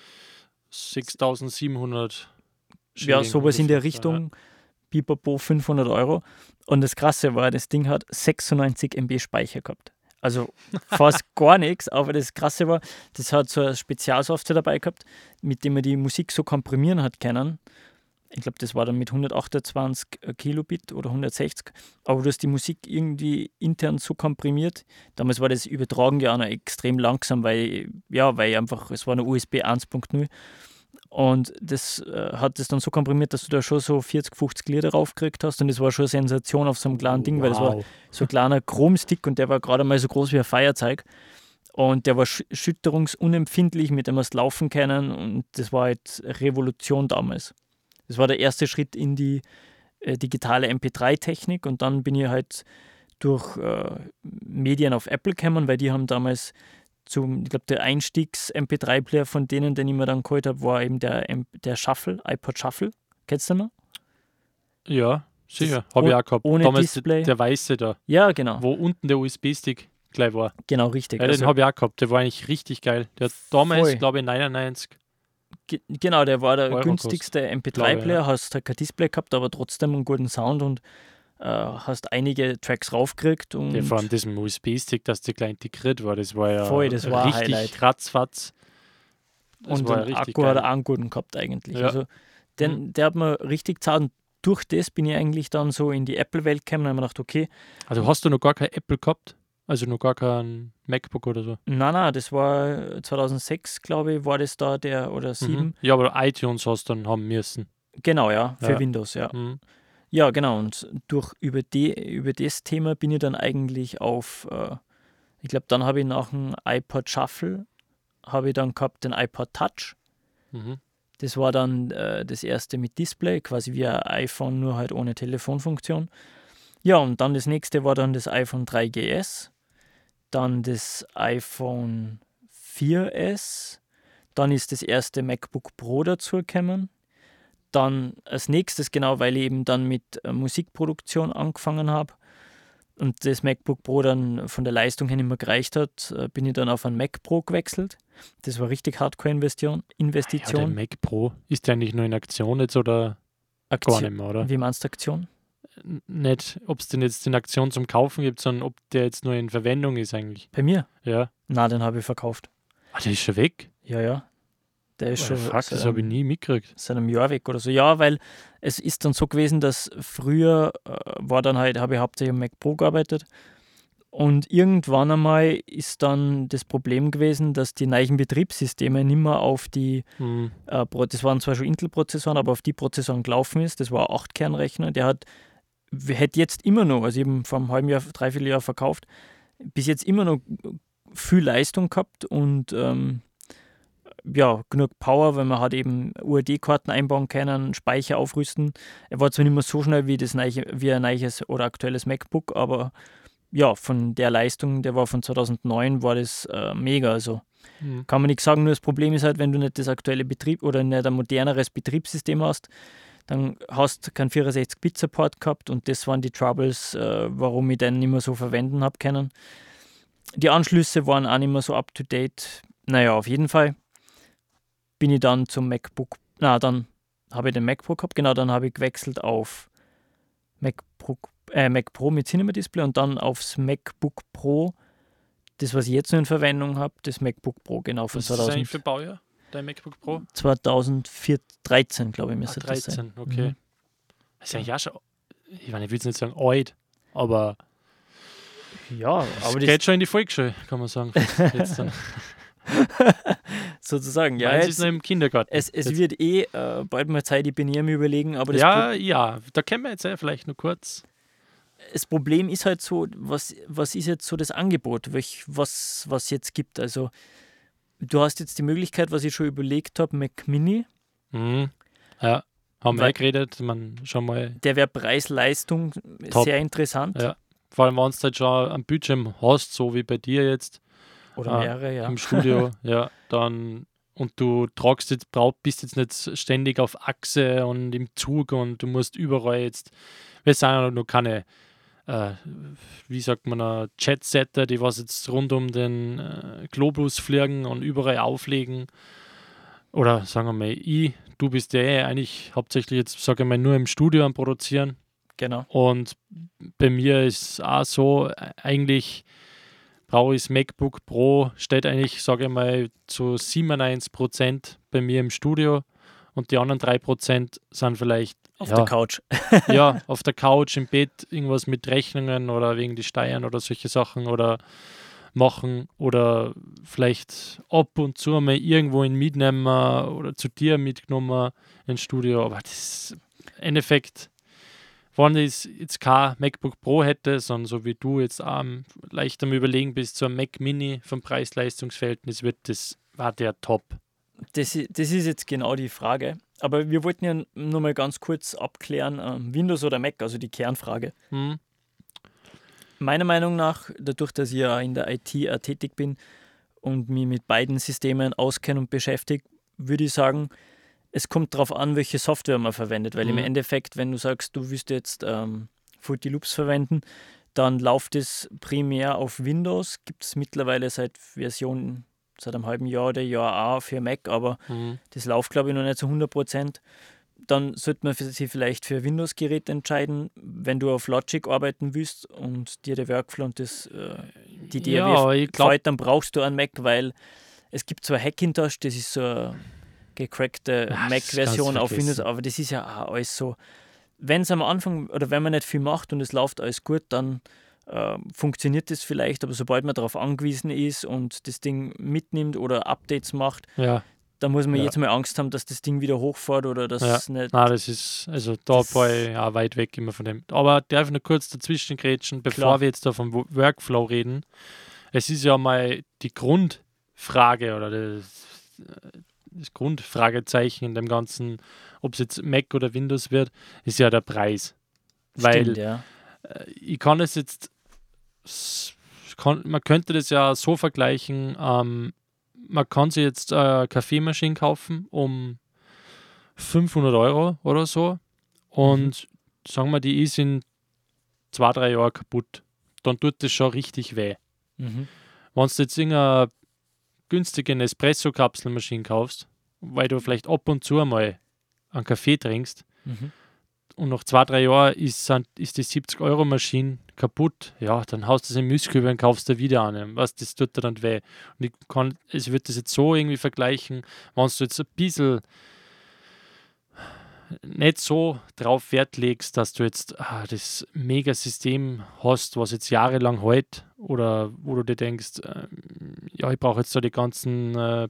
sechstausendsiebenhundert Schilling. ja sowas in der ungefähr. Richtung. Pipapo fünfhundert Euro. Und das Krasse war, das Ding hat sechsundneunzig Megabyte Speicher gehabt. Also fast gar nichts, aber das Krasse war, das hat so eine Spezialsoftware dabei gehabt, mit dem man die Musik so komprimieren hat können. Ich glaube, das war dann mit hundertachtundzwanzig Kilobit oder hundertsechzig, aber du hast die Musik irgendwie intern so komprimiert. Damals war das Übertragen ja auch noch extrem langsam, weil, ja, weil einfach, es war eine U S B eins Punkt null. Und das äh, hat es dann so komprimiert, dass du da schon so vierzig, fünfzig Lieder raufgekriegt hast. Und das war schon eine Sensation auf so einem kleinen Ding, weil das war Wow. so ein kleiner Chromstick und der war gerade mal so groß wie ein Feuerzeug. Und der war sch schütterungsunempfindlich, mit dem hast laufen können. Und das war halt Revolution damals. Das war der erste Schritt in die äh, digitale M P drei Technik. Und dann bin ich halt durch äh, Medien auf Apple gekommen, weil die haben damals zum, ich glaube, der Einstiegs-M P drei Player von denen, den ich mir dann geholt habe, war eben der, M der Shuffle, iPod Shuffle. Kennst du den noch? Ja, sicher. Das Habe ich oh- auch gehabt. ohne Damals Display. Der, der weiße da, Ja, genau. wo unten der U S B-Stick gleich war. Genau, richtig. Ja, den Also, habe ich auch gehabt. Der war eigentlich richtig geil. Der hat damals, Voll. glaube ich, neunundneunzig. ge genau, der war der Euro günstigste M P drei Player. glaube, Hast halt kein Display gehabt, aber trotzdem einen guten Sound und äh, hast einige Tracks raufgekriegt. Und Ja, vor allem diesem U S B-Stick, dass der gleich integriert war, das war ja Voll, das war ein richtig Highlight. ratzfatz. Das und war ja den richtig Akku hat geil. er auch einen guten gehabt eigentlich. Ja. Also den, der hat mir richtig gezahlt. Und durch das bin ich eigentlich dann so in die Apple-Welt gekommen und habe mir gedacht, okay, Also hast du noch gar kein Apple gehabt? Also noch gar kein MacBook oder so? nein, nein, das war zweitausendsechs, glaube ich, war das da der, oder sieben. Mhm. Ja, aber iTunes hast du dann haben müssen. Genau, ja, für Ja. Windows, ja. Mhm. Ja, genau. Und durch über, die, über das Thema bin ich dann eigentlich auf, äh, ich glaube, dann habe ich nach dem iPod Shuffle, habe ich dann gehabt den iPod Touch. Mhm. Das war dann äh, das erste mit Display, quasi wie ein iPhone, nur halt ohne Telefonfunktion. Ja, und dann das nächste war dann das iPhone drei G S, dann das iPhone vier S, dann ist das erste MacBook Pro dazugekommen, dann als nächstes, genau, weil ich eben dann mit äh, Musikproduktion angefangen habe und das MacBook Pro dann von der Leistung her nicht mehr gereicht hat, äh, bin ich dann auf ein Mac Pro gewechselt. Das war richtig Hardcore-Investition. Ja, Investition. der Mac Pro, ist der eigentlich nur in Aktion jetzt oder gar nicht mehr, oder? Wie meinst du Aktion? N- Nicht, ob es den jetzt in Aktion zum Kaufen gibt, sondern ob der jetzt nur in Verwendung ist eigentlich. Bei mir? Ja. Na, den habe ich verkauft. Ah, der ist schon weg? Ja, ja. Der ist Oh, schon fuck, das seit habe ich einem- nie mitgekriegt. seit einem Jahr weg oder so. Ja, weil es ist dann so gewesen, dass früher äh, war dann halt, habe ich hauptsächlich am Mac Pro gearbeitet und irgendwann einmal ist dann das Problem gewesen, dass die neuen Betriebssysteme nicht mehr auf die, Hm. äh, Pro- das waren zwar schon Intel-Prozessoren, aber auf die Prozessoren gelaufen ist. Das war ein acht Kern Rechner, der hat, hätte jetzt immer noch, also eben vor einem halben Jahr, dreiviertel Jahr verkauft, bis jetzt immer noch viel Leistung gehabt und ähm, ja, genug Power, weil man hat eben U S D-Karten einbauen können, Speicher aufrüsten. Er war zwar nicht mehr so schnell wie, das neue, wie ein neues oder aktuelles MacBook, aber ja, von der Leistung, der war von zweitausendneun, war das äh, mega. Also Hm. kann man nichts sagen, nur das Problem ist halt, wenn du nicht das aktuelle Betrieb oder nicht ein moderneres Betriebssystem hast, dann hast du keinen vierundsechzig-Bit-Support gehabt und das waren die Troubles, äh, warum ich den nicht mehr so verwenden habe können. Die Anschlüsse waren auch nicht mehr so up-to-date. Naja, auf jeden Fall bin ich dann zum MacBook, na, dann habe ich den Mac Pro gehabt, genau, dann habe ich gewechselt auf Mac Pro, äh, Mac Pro mit Cinema Display und dann aufs MacBook Pro, das, was ich jetzt noch in Verwendung habe, das MacBook Pro, genau, von Was ist das eigentlich für zweitausend Baujahr, dein MacBook Pro? zweitausenddreizehn, glaube ich, Ah, müsste das sein. dreizehn, okay. Mhm. Das ist eigentlich auch schon, ich meine, ich will jetzt nicht sagen alt, aber Ja, es aber geht das schon in die Volksschule, kann man sagen. Jetzt dann. sozusagen, ja, Meins jetzt, ist noch im Kindergarten. es, es Jetzt- wird eh äh, bald mal Zeit, ich bin eher am Überlegen, aber das ja, ja, da können wir jetzt eh vielleicht nur kurz. das Problem ist halt so, was, was ist jetzt so das Angebot, welch, was was jetzt gibt. Also du hast jetzt die Möglichkeit, was ich schon überlegt habe, Mac Mini, Mhm. Ja, haben wir Weil- eh geredet, man schon mal, der wäre Preis-Leistung Top. sehr interessant. Ja. vor allem wenn du halt schon am Bildschirm hast, so wie bei dir jetzt Oder Ah, mehrere, ja. im Studio, ja, dann und du tragst jetzt, brauch, bist jetzt nicht ständig auf Achse und im Zug und du musst überall jetzt, wir sind ja noch keine, äh, wie sagt man, äh, Jet-Setter, die was jetzt rund um den äh, Globus fliegen und überall auflegen. Oder sagen wir mal, ich, du bist ja eh eigentlich hauptsächlich jetzt, sage ich mal, nur im Studio am Produzieren. Genau. Und bei mir ist es auch so, äh, eigentlich brauche ich das MacBook Pro, steht eigentlich, sage ich mal, zu siebenundneunzig Prozent bei mir im Studio und die anderen drei Prozent sind vielleicht Auf ja, der Couch. ja, auf der Couch, im Bett, irgendwas mit Rechnungen oder wegen die Steuern oder solche Sachen oder machen oder vielleicht ab und zu mal irgendwo in mitnehmen oder zu dir mitgenommen ins Studio. Aber das im Endeffekt, wenn ich jetzt kein MacBook Pro hätte, sondern so wie du jetzt auch leicht am Überlegen bist, so ein Mac Mini vom Preis-Leistungs-Verhältnis, wird das, war der top. Das, i- das ist jetzt genau die Frage. Aber wir wollten ja nur mal ganz kurz abklären, ähm, Windows oder Mac, also die Kernfrage. Hm? Meiner Meinung nach, dadurch, dass ich ja in der I T auch tätig bin und mich mit beiden Systemen auskenne und beschäftige, würde ich sagen, es kommt darauf an, welche Software man verwendet. Weil im Mhm. Endeffekt, wenn du sagst, du willst jetzt ähm, Fruity Loops verwenden, dann läuft es primär auf Windows. Gibt es mittlerweile seit Version, seit einem halben Jahr oder Jahr auch für Mac, aber Hm. das läuft, glaube ich, noch nicht zu hundert Prozent. Dann sollte man für- sich vielleicht für Windows-Geräte entscheiden, wenn du auf Logic arbeiten willst und dir der Workflow und das, äh, die D Ja, A W aber ich glaube, gefällt, dann brauchst du einen Mac, weil es gibt zwar Hackintosh, das ist so eine gecrackte Ah, das Mac-Version kannst du auf vergessen. Windows, aber das ist ja auch alles so, wenn es am Anfang oder wenn man nicht viel macht und es läuft alles gut, dann äh, funktioniert das vielleicht, aber sobald man darauf angewiesen ist und das Ding mitnimmt oder Updates macht, ja, da muss man Ja. jetzt mal Angst haben, dass das Ding wieder hochfährt oder dass Ja. es nicht. na, das ist, also da Das- war ich auch weit weg immer von dem. Aber darf ich noch kurz dazwischen grätschen, bevor Klar. wir jetzt da vom Wo- Workflow reden. Es ist ja mal die Grundfrage oder das, das Grundfragezeichen in dem Ganzen, ob es jetzt Mac oder Windows wird, ist ja der Preis. Weil Stimmt, ja. äh, ich kann es jetzt, s- kann, man könnte das ja so vergleichen, ähm, man kann sich jetzt eine Kaffeemaschine kaufen um fünfhundert Euro oder so. Und Mhm. sagen wir, die ist in zwei, drei Jahren kaputt. Dann tut das schon richtig weh. Mhm. Wenn du jetzt irgendeine günstige Nespresso-Kapselmaschine kaufst, weil du vielleicht ab und zu mal einen Kaffee trinkst Mhm. und nach zwei, drei Jahren ist, sind, ist die siebzig-Euro-Maschine kaputt, ja, dann haust du es in den Mistkübel und kaufst du wieder eine. Was, das tut dir dann weh. Und ich kann, ich würde das jetzt so irgendwie vergleichen, wenn du jetzt ein bisschen nicht so drauf Wert legst, dass du jetzt ah, das Megasystem hast, was jetzt jahrelang hält, oder wo du dir denkst, äh, ja, ich brauche jetzt da die ganzen äh,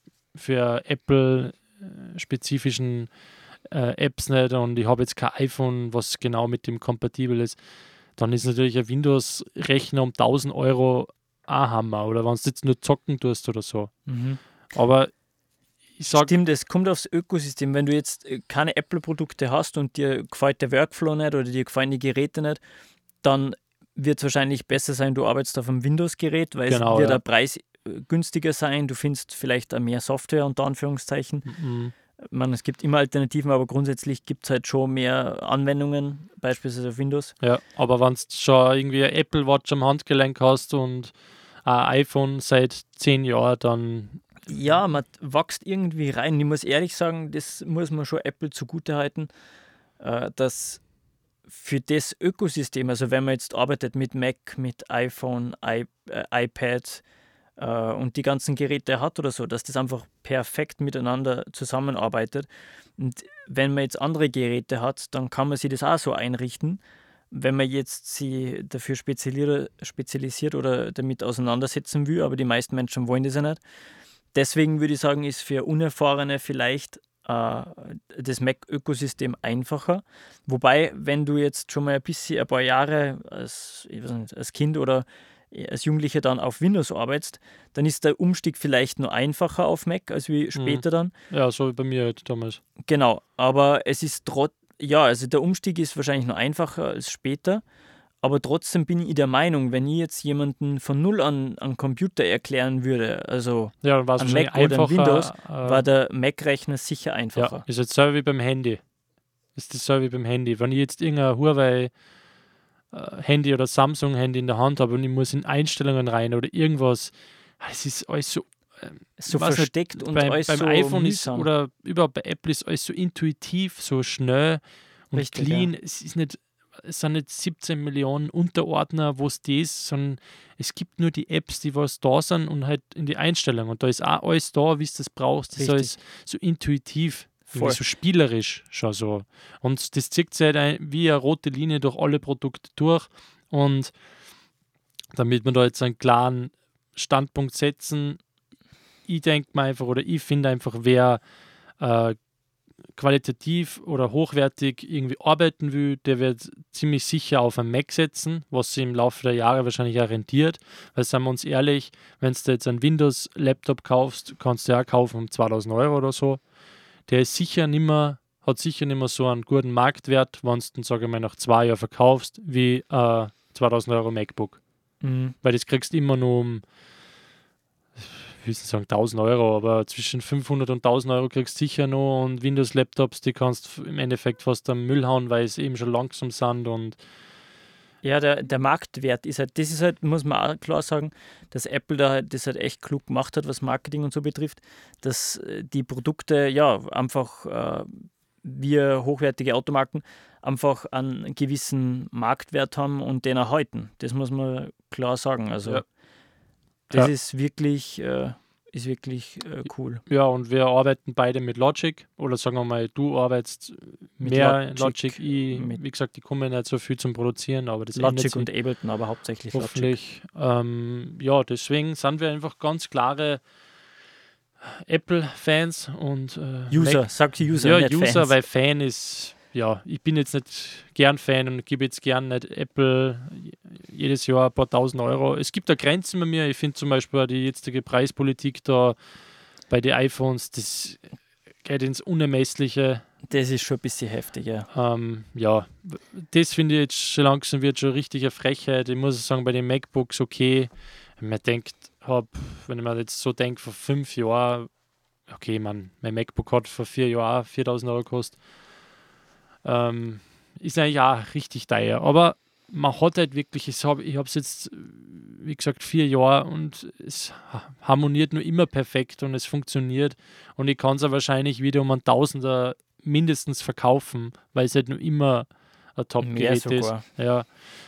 für Apple äh, spezifischen äh, Apps nicht und ich habe jetzt kein iPhone, was genau mit dem kompatibel ist, dann ist natürlich ein Windows-Rechner um tausend Euro ein Hammer, oder wenn du jetzt nur zocken tust oder so. Mhm. Aber ich sage, Stimmt, es kommt aufs Ökosystem. Wenn du jetzt äh, keine Apple-Produkte hast und dir gefällt der Workflow nicht oder dir gefallen die Geräte nicht, dann wird es wahrscheinlich besser sein, du arbeitest auf einem Windows-Gerät, weil Genau, es wird ja. der Preis äh, günstiger sein. Du findest vielleicht auch mehr Software unter Anführungszeichen. mm, Ich meine, es gibt immer Alternativen, aber grundsätzlich gibt es halt schon mehr Anwendungen, beispielsweise auf Windows. ja, aber wenn du schon irgendwie eine Apple Watch am Handgelenk hast und ein iPhone seit zehn Jahren, dann Ja, man wächst irgendwie rein. Ich muss ehrlich sagen, das muss man schon Apple zugutehalten, äh, dass für das Ökosystem, also wenn man jetzt arbeitet mit Mac, mit iPhone, I, äh, iPad äh, und die ganzen Geräte hat oder so, dass das einfach perfekt miteinander zusammenarbeitet. Und wenn man jetzt andere Geräte hat, dann kann man sich das auch so einrichten. Wenn man jetzt sie dafür spezialisiert, spezialisiert oder damit auseinandersetzen will, aber die meisten Menschen wollen das ja nicht. Deswegen würde ich sagen, ist für Unerfahrene vielleicht äh, das Mac-Ökosystem einfacher. Wobei, wenn du jetzt schon mal ein bisschen, ein paar Jahre als, ich weiß nicht, als Kind oder als Jugendlicher dann auf Windows arbeitest, dann ist der Umstieg vielleicht nur einfacher auf Mac als wie später dann. ja, so wie bei mir halt damals. Genau, aber es ist trotz, ja, also der Umstieg ist wahrscheinlich nur einfacher als später. Aber trotzdem bin ich der Meinung, wenn ich jetzt jemanden von null an an Computer erklären würde, also Ja, dann war es an wahrscheinlich Mac oder an Windows, einfacher. war Äh, der Mac-Rechner sicher ja, einfacher. ist jetzt so wie beim Handy. Ist das so wie beim Handy. Wenn ich jetzt irgendein Huawei äh, Handy oder Samsung Handy in der Hand habe und ich muss in Einstellungen rein oder irgendwas, es ist alles so, ähm, So ich weiß nicht, versteckt und beim, alles beim so iPhone mühsam. ist oder überhaupt bei Apple ist alles so intuitiv, so schnell und Richtig, clean. Es ist nicht, es sind nicht siebzehn Millionen Unterordner, wo es das, sondern es gibt nur die Apps, die was da sind und halt in die Einstellung. Und da ist auch alles da, wie du das brauchst. Das ist Richtig. alles so intuitiv, Voll. irgendwie so spielerisch schon so. Und das zieht sich halt ein, wie eine rote Linie durch alle Produkte durch. Und damit wir da jetzt einen klaren Standpunkt setzen, ich denke mir einfach oder ich finde einfach, wer äh, qualitativ oder hochwertig irgendwie arbeiten will, der wird ziemlich sicher auf einen Mac setzen, was sich im Laufe der Jahre wahrscheinlich auch rentiert. Weil, seien wir uns ehrlich, wenn du jetzt einen Windows-Laptop kaufst, kannst du ja auch kaufen um zweitausend Euro oder so. Der ist sicher nicht mehr, hat sicher nicht mehr so einen guten Marktwert, wenn du dann, sage ich mal, nach zwei Jahren verkaufst, wie äh, zweitausend Euro MacBook. Mhm. Weil das kriegst du immer nur um, ich will nicht sagen tausend Euro, aber zwischen fünfhundert und tausend Euro kriegst du sicher noch, und Windows-Laptops, die kannst du im Endeffekt fast am Müll hauen, weil sie eben schon langsam sind. Und Ja, der, der Marktwert ist halt, das ist halt, muss man auch klar sagen, dass Apple da halt, das halt echt klug gemacht hat, was Marketing und so betrifft, dass äh, die Produkte ja einfach äh, wir hochwertige Automarken einfach einen gewissen Marktwert haben und den erhalten. Das muss man klar sagen. Also Ja. das Ja. ist wirklich, äh, ist wirklich äh, cool. ja, und wir arbeiten beide mit Logic, oder sagen wir mal, du arbeitest Mit mehr Logic, Logic, ich, mit- wie gesagt, die kommen nicht so viel zum Produzieren, aber das ändert Logic sich und Ableton, aber hauptsächlich Logic. hoffentlich. Ähm, ja, deswegen sind wir einfach ganz klare Apple-Fans und äh, User, Mac- sagt die User, ja, nicht User, Fans. weil Fan ist, ja, ich bin jetzt nicht gern Fan und gebe jetzt gern nicht Apple jedes Jahr ein paar tausend Euro. Es gibt da Grenzen bei mir. Ich finde zum Beispiel auch die jetzige Preispolitik da bei den iPhones, das geht ins Unermessliche. Das ist schon ein bisschen heftig, ja. Ähm, ja, das finde ich jetzt schon langsam wird schon richtig eine Frechheit. Ich muss sagen, bei den MacBooks okay. Man denkt, hab, wenn ich mir jetzt so denke, vor fünf Jahren okay, man, mein MacBook hat vor vier Jahren viertausend Euro gekostet. Ähm, ist eigentlich auch richtig teuer. Aber man hat halt wirklich, ich habe ich es jetzt, wie gesagt, vier Jahre und es harmoniert nur immer perfekt und es funktioniert. Und ich kann es ja wahrscheinlich wieder um einen Tausender mindestens verkaufen, weil es halt nur immer ein Top-Gerät ist. Ja,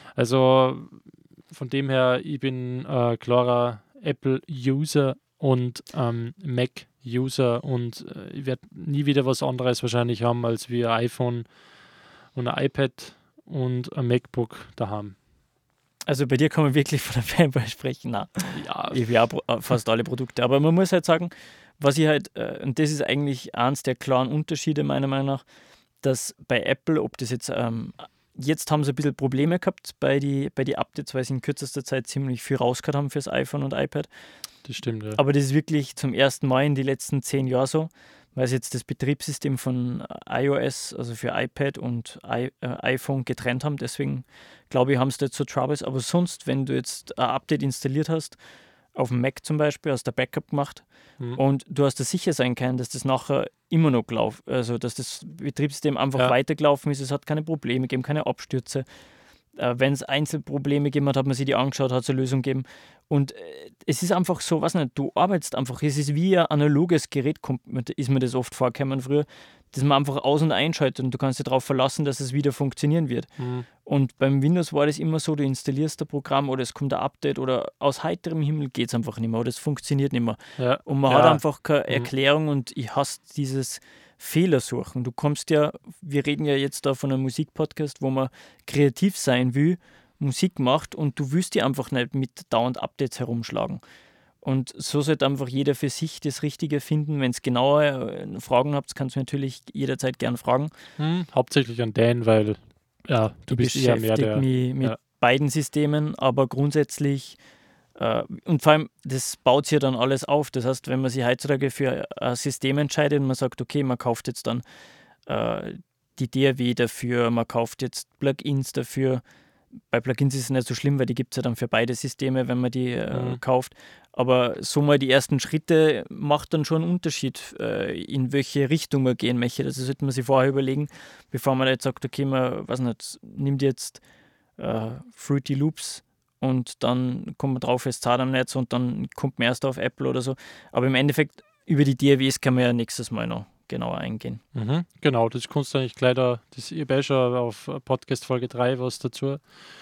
also von dem her, ich bin äh, klarer Apple-User und ähm, Mac-User und äh, ich werde nie wieder was anderes wahrscheinlich haben, als wie ein iPhone und ein iPad und ein MacBook daheim. Also bei dir kann man wirklich von der Fanboy sprechen. Nein, ja. ich habe ja fast alle Produkte. Aber man muss halt sagen, was ich halt, äh, und das ist eigentlich eins der klaren Unterschiede meiner Meinung nach, dass bei Apple, ob das jetzt, ähm, jetzt haben sie ein bisschen Probleme gehabt bei die, bei die Updates, weil sie in kürzester Zeit ziemlich viel rausgehört haben fürs iPhone und iPad. Das stimmt, ja. Aber das ist wirklich zum ersten Mal in den letzten zehn Jahren so, weil sie jetzt das Betriebssystem von iOS, also für iPad und I, äh, iPhone getrennt haben. Deswegen glaube ich, haben sie jetzt so Troubles. Aber sonst, wenn du jetzt ein Update installiert hast, auf dem Mac zum Beispiel, hast du ein Backup gemacht mhm. und du hast da sicher sein können, dass das nachher immer noch gelaufen, also dass das Betriebssystem einfach ja. weitergelaufen ist, es hat keine Probleme gegeben, keine Abstürze. Äh, wenn es Einzelprobleme gegeben hat, hat man sich die angeschaut, hat es eine Lösung gegeben. Und äh, es ist einfach so, was nicht, du arbeitest einfach, es ist wie ein analoges Gerät, kommt, ist mir das oft vorgekommen früher, das man einfach aus- und einschaltet und du kannst dich darauf verlassen, dass es wieder funktionieren wird. Mhm. Und beim Windows war das immer so, du installierst ein Programm oder es kommt ein Update oder aus heiterem Himmel geht es einfach nicht mehr oder es funktioniert nicht mehr. Ja. Und man ja. hat einfach keine mhm. Erklärung und ich hasse dieses Fehlersuchen. Du kommst ja, wir reden ja jetzt da von einem Musikpodcast, wo man kreativ sein will, Musik macht und du willst dir einfach nicht mit dauernd Updates herumschlagen. Und so sollte einfach jeder für sich das Richtige finden. Wenn es genauere Fragen habt, kannst du natürlich jederzeit gern fragen. Hm, hauptsächlich an Dan, weil ja, du ich bist eher mehr der... Ich mich mit ja. beiden Systemen, aber grundsätzlich äh, und vor allem, das baut sich ja dann alles auf. Das heißt, wenn man sich heutzutage für ein System entscheidet und man sagt, okay, man kauft jetzt dann äh, die D A W dafür, man kauft jetzt Plugins dafür. Bei Plugins ist es nicht so schlimm, weil die gibt es ja dann für beide Systeme, wenn man die äh, mhm. kauft. Aber so mal die ersten Schritte macht dann schon einen Unterschied, äh, in welche Richtung man gehen möchte. Das sollte man sich vorher überlegen, bevor man jetzt sagt, okay, man weiß nicht, nimmt jetzt äh, Fruity Loops und dann kommt man drauf, es zahlt am Netz und dann kommt man erst auf Apple oder so. Aber im Endeffekt, über die D A Ws kann man ja nächstes Mal noch genauer eingehen. Mhm, genau, das kannst du eigentlich gleich da, das, ich habe eh schon auf Podcast Folge drei was dazu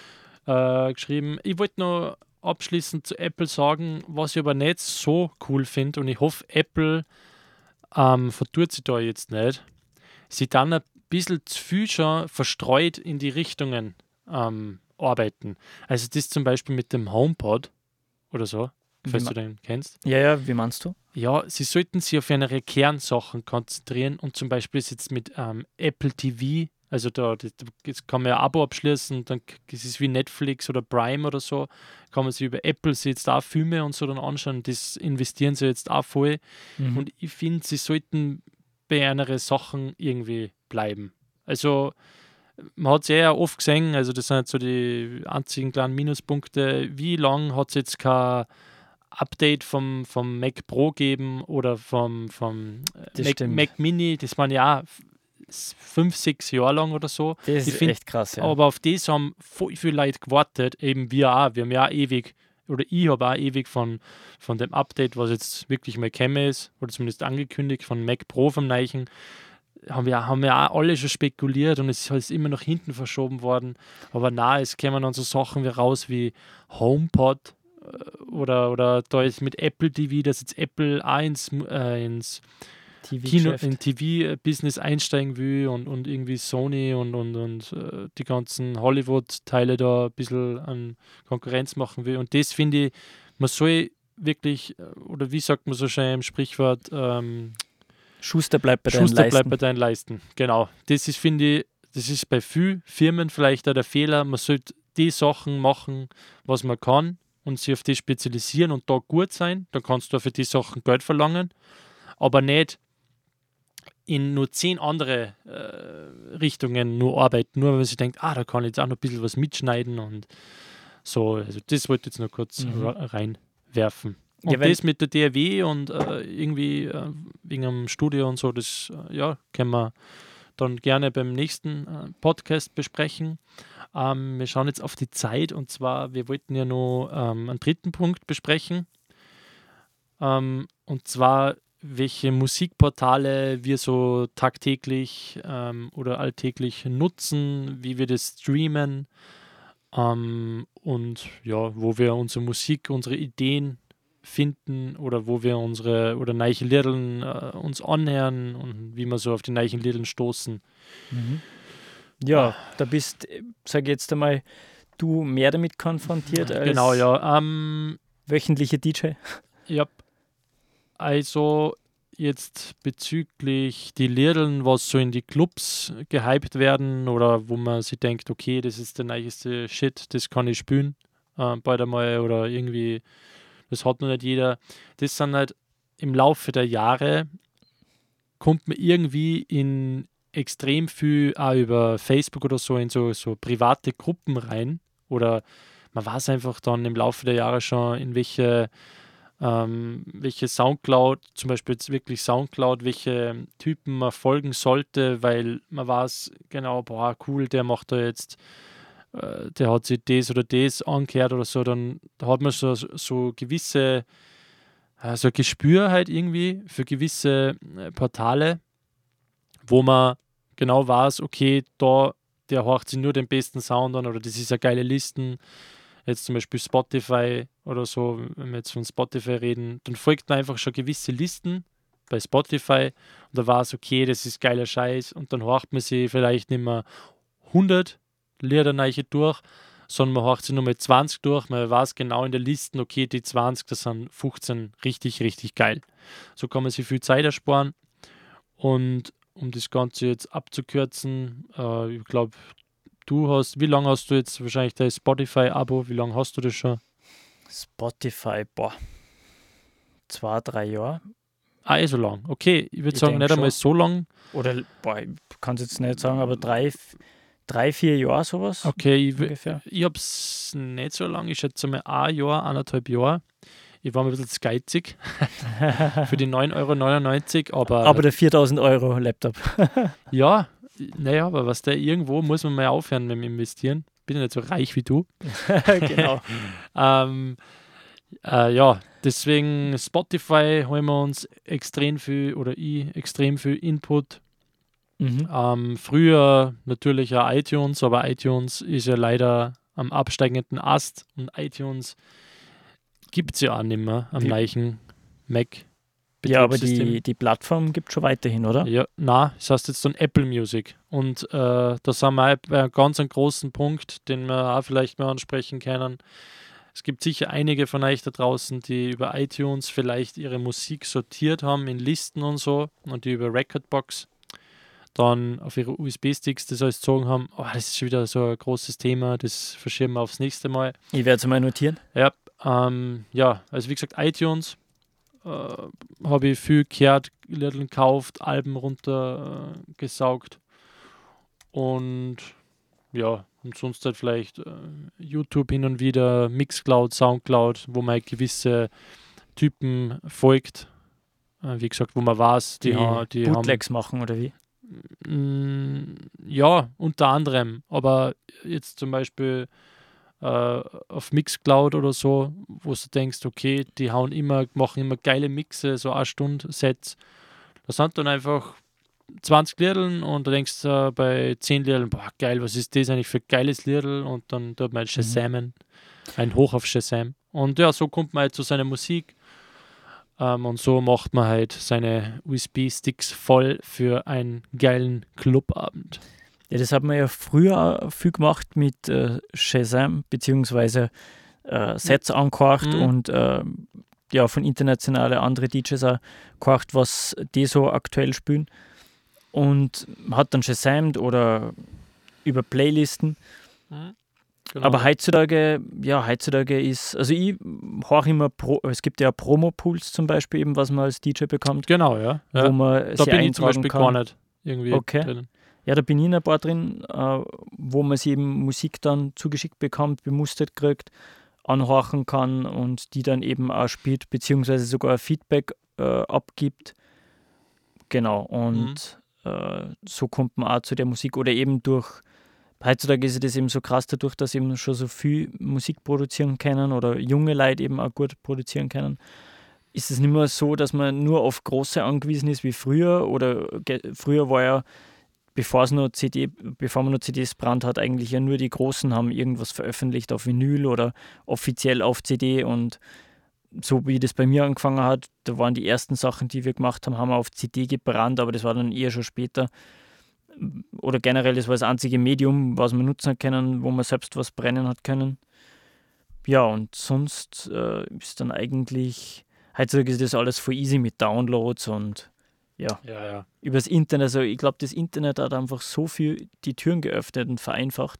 äh, geschrieben. Ich wollte noch abschließend zu Apple sagen, was ich aber nicht so cool finde und ich hoffe, Apple ähm, vertut sich da jetzt nicht, sie dann ein bisschen zu viel schon verstreut in die Richtungen ähm, arbeiten. Also das zum Beispiel mit dem HomePod oder so, falls du den kennst. Ja, ja, wie meinst du? Ja, sie sollten sich auf ihre Kernsachen konzentrieren und zum Beispiel ist jetzt mit ähm, Apple T V, also da das, das kann man ja ein Abo abschließen, dann das ist wie Netflix oder Prime oder so, kann man sich über Apple sich jetzt auch Filme und so dann anschauen, das investieren sie jetzt auch voll Mhm. und ich finde, sie sollten bei ihren Sachen irgendwie bleiben. Also man hat es ja oft gesehen, also das sind jetzt so die einzigen kleinen Minuspunkte, wie lange hat es jetzt kein Update vom, vom Mac Pro geben oder vom, vom Das Mac, stimmt. Mac Mini, das waren ja auch f- fünf, sechs Jahre lang oder so. Das Ich ist find, echt krass, ja. Aber auf das haben voll viele Leute gewartet, eben wir auch. Wir haben ja auch ewig, oder ich habe auch ewig von, von dem Update, was jetzt wirklich mal gekommen ist, oder zumindest angekündigt, von Mac Pro vom Neichen, haben wir, haben wir auch alle schon spekuliert und es ist immer nach hinten verschoben worden. Aber na, es kämen dann so Sachen wie raus wie HomePod äh, oder, oder da ist mit Apple T V, dass jetzt Apple auch ins, äh, ins Kino, T V-Geschäft. in T V-Business einsteigen will und, und irgendwie Sony und, und, und äh, die ganzen Hollywood-Teile da ein bisschen an Konkurrenz machen will. Und das finde ich, man soll wirklich, äh, oder wie sagt man so schön im Sprichwort, ähm, Schuster bleibt bei deinen Schuster Leisten. bleibt bei deinen Leisten. Genau. Das ist, finde ich, das ist bei vielen Firmen vielleicht auch der Fehler. Man sollte die Sachen machen, was man kann und sich auf die spezialisieren und da gut sein. Dann kannst du für die Sachen Geld verlangen, aber nicht in nur zehn andere äh, Richtungen nur arbeiten, nur weil sie denkt, ah, da kann ich jetzt auch noch ein bisschen was mitschneiden und so. Also das wollte ich jetzt noch kurz Mhm. ra- reinwerfen. Und Ja, wenn- das mit der D R W und äh, irgendwie äh, wegen dem Studio und so, das äh, ja, können wir dann gerne beim nächsten äh, Podcast besprechen. Ähm, wir schauen jetzt auf die Zeit und zwar, wir wollten ja noch ähm, einen dritten Punkt besprechen. Ähm, und zwar, welche Musikportale wir so tagtäglich ähm, oder alltäglich nutzen, wie wir das streamen ähm, und ja, wo wir unsere Musik, unsere Ideen finden oder wo wir unsere oder neue Liederl äh, uns anhören und wie wir so auf die neuen Liederl stoßen. Mhm. Ja, da bist, sage ich jetzt einmal, du mehr damit konfrontiert als Genau, ja. Ähm, wöchentliche D J. ja. Also jetzt bezüglich die Liederl, was so in die Clubs gehypt werden oder wo man sich denkt, okay, das ist der neueste Shit, das kann ich spielen, äh, bald einmal oder irgendwie, das hat noch nicht jeder. Das sind halt im Laufe der Jahre, kommt man irgendwie in extrem viel auch über Facebook oder so in so, so private Gruppen rein oder man weiß einfach dann im Laufe der Jahre schon, in welche ähm, welche Soundcloud, zum Beispiel jetzt wirklich Soundcloud, welche Typen man folgen sollte, weil man weiß genau, boah, cool, der macht da jetzt, äh, der hat sich das oder das angehört oder so, dann da hat man so, so gewisse, äh, so ein Gespür halt irgendwie für gewisse äh, Portale, wo man genau weiß, okay, da, der horcht sich nur den besten Sound an oder das ist eine geile Listen. Jetzt zum Beispiel Spotify oder so, wenn wir jetzt von Spotify reden, dann folgt man einfach schon gewisse Listen bei Spotify und da war es okay, das ist geiler Scheiß und dann horcht man sie vielleicht nicht mehr hundert Lieder neu durch, sondern man horcht sie nur mit zwanzig durch, man weiß genau in der Liste, okay, die zwanzig, das sind fünfzehn richtig, richtig geil. So kann man sich viel Zeit ersparen und um das Ganze jetzt abzukürzen, äh, ich glaube, du hast, wie lange hast du jetzt wahrscheinlich dein Spotify-Abo? Wie lange hast du das schon? Spotify, boah, zwei, drei Jahre. Ah, eh so lang. Okay, ich würde Ich sagen, denk nicht einmal schon. so lang. Oder, boah, ich kann es jetzt nicht sagen, aber drei, drei vier Jahre sowas Okay, ich, ungefähr. ich habe es nicht so lang. Ich schätze mal ein Jahr, eineinhalb Jahre. Ich war mir ein bisschen zu geizig für die neun Euro neunundneunzig, aber, Aber der viertausend Euro Laptop. ja, naja, aber was da irgendwo muss man mal aufhören mit dem Investieren. Bin ja nicht so reich wie du. Genau. ähm, äh, ja, deswegen Spotify holen wir uns extrem viel oder ich extrem viel Input. Mhm. Ähm, früher natürlich ja iTunes, aber iTunes ist ja leider am absteigenden Ast und iTunes gibt es ja auch nicht mehr am Wie- neuen Mac. Ja, aber Betriebssystem. die, die Plattform gibt es schon weiterhin, oder? Ja, na, das heißt jetzt dann Apple Music. Und äh, da sind wir auch bei einem ganz einen großen Punkt, den wir auch vielleicht mal ansprechen können. Es gibt sicher einige von euch da draußen, die über iTunes vielleicht ihre Musik sortiert haben in Listen und so und die über Recordbox dann auf ihre U S B-Sticks das alles gezogen haben. Oh, das ist schon wieder so ein großes Thema, das verschieben wir aufs nächste Mal. Ich werde es mal notieren. Ja, ähm, ja, also wie gesagt, iTunes äh, habe ich viel gehört, Lieder gekauft, Alben runtergesaugt äh, und ja, und sonst halt vielleicht äh, YouTube hin und wieder, Mixcloud, Soundcloud, wo man halt gewisse Typen folgt. Äh, wie gesagt, wo man weiß, die, Die, ha, die Bootlegs machen, oder wie? haben. Mh, ja, unter anderem. Aber jetzt zum Beispiel äh, auf Mixcloud oder so, wo du denkst, okay, die hauen immer, machen immer geile Mixe, so eine Stunde Sets. Das sind dann einfach zwanzig Liedl und da denkst du äh, bei zehn Liedl, boah, geil, was ist das eigentlich für ein geiles Liedl? Und dann tut man halt Shazamen, ein Hoch auf Shazam. Und ja, so kommt man halt zu seiner Musik ähm, und so macht man halt seine U S B-Sticks voll für einen geilen Clubabend. Ja, das hat man ja früher auch viel gemacht mit äh, Shazam, beziehungsweise äh, Sets angehorcht Mhm. und äh, ja, von internationalen andere D Js auch gehorcht, was die so aktuell spielen. Und hat dann Shazamt oder über Playlisten. Genau. Aber heutzutage, ja, heutzutage ist, also ich höre immer, Pro, es gibt ja Promo-Pools zum Beispiel, eben, was man als D J bekommt, Genau, ja. ja. wo man Da sich bin ich zum eintragen Beispiel kann. gar nicht irgendwie Okay. drinnen. Ja, da bin ich in ein paar drin, äh, wo man sich eben Musik dann zugeschickt bekommt, bemustert kriegt, anhorchen kann und die dann eben auch spielt, beziehungsweise sogar Feedback äh, abgibt. Genau, und mhm. äh, so kommt man auch zu der Musik oder eben durch, heutzutage ist das eben so krass dadurch, dass eben schon so viel Musik produzieren können oder junge Leute eben auch gut produzieren können, ist es nicht mehr so, dass man nur auf Große angewiesen ist wie früher oder ge- früher war ja, bevor es noch C D, bevor man noch C Ds brannt hat, eigentlich ja nur die Großen haben irgendwas veröffentlicht auf Vinyl oder offiziell auf C D und so wie das bei mir angefangen hat, da waren die ersten Sachen, die wir gemacht haben, haben wir auf C D gebrannt, aber das war dann eher schon später. Oder generell, das war das einzige Medium, was wir nutzen hat können, wo man selbst was brennen hat können. Ja, und sonst äh, ist dann eigentlich, heutzutage ist das alles voll easy mit Downloads und ja, Ja, ja. übers Internet. Also ich glaube, das Internet hat einfach so viel die Türen geöffnet und vereinfacht.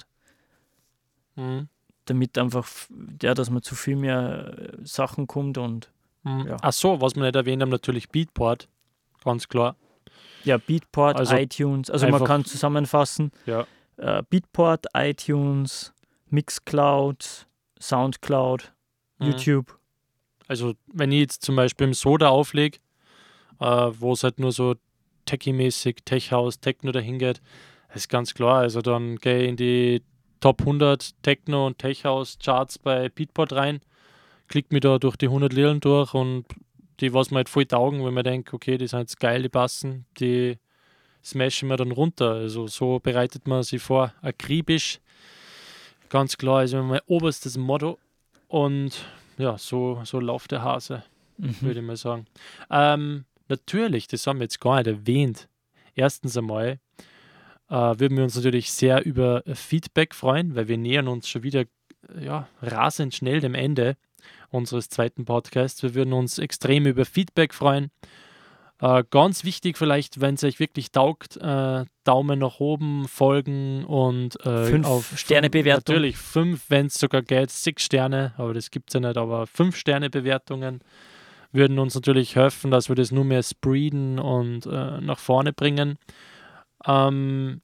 Mhm. Damit einfach, ja, dass man zu viel mehr Sachen kommt und Mhm. ja. Ach so, was wir nicht erwähnt haben, natürlich Beatport, ganz klar. Ja, Beatport, Also iTunes, also man einfach- kann zusammenfassen, Ja. äh, Beatport, iTunes, Mixcloud, Soundcloud, Mhm. YouTube. Also wenn ich jetzt zum Beispiel im Soda auflege, äh, wo es halt nur so Techie-mäßig, Tech-House, Techno dahin geht, ist ganz klar, also dann gehe ich in die Top hundert Techno- und Tech-House-Charts bei Beatport rein, klick mich da durch die hundert Liedern durch und die, was mir halt voll taugen, wenn man denkt, okay, die sind jetzt geil, die passen, die smashen wir dann runter. Also so bereitet man sie vor, akribisch, ganz klar, also mein oberstes Motto und ja, so, so läuft der Hase, Mhm. würde ich mal sagen. Ähm, natürlich, das haben wir jetzt gar nicht erwähnt. Erstens einmal äh, würden wir uns natürlich sehr über äh, Feedback freuen, weil wir nähern uns schon wieder äh, ja, rasend schnell dem Ende unseres zweiten Podcasts. Wir würden uns extrem über Feedback freuen. Äh, ganz wichtig vielleicht, wenn es euch wirklich taugt, äh, Daumen nach oben, folgen und äh, Fünf auf Sterne-Bewertung. Natürlich fünf, wenn es sogar geht, sechs Sterne, aber das gibt es ja nicht, aber fünf Sterne Bewertungen würden uns natürlich helfen, dass wir das nur mehr spreaden und äh, nach vorne bringen. Ähm,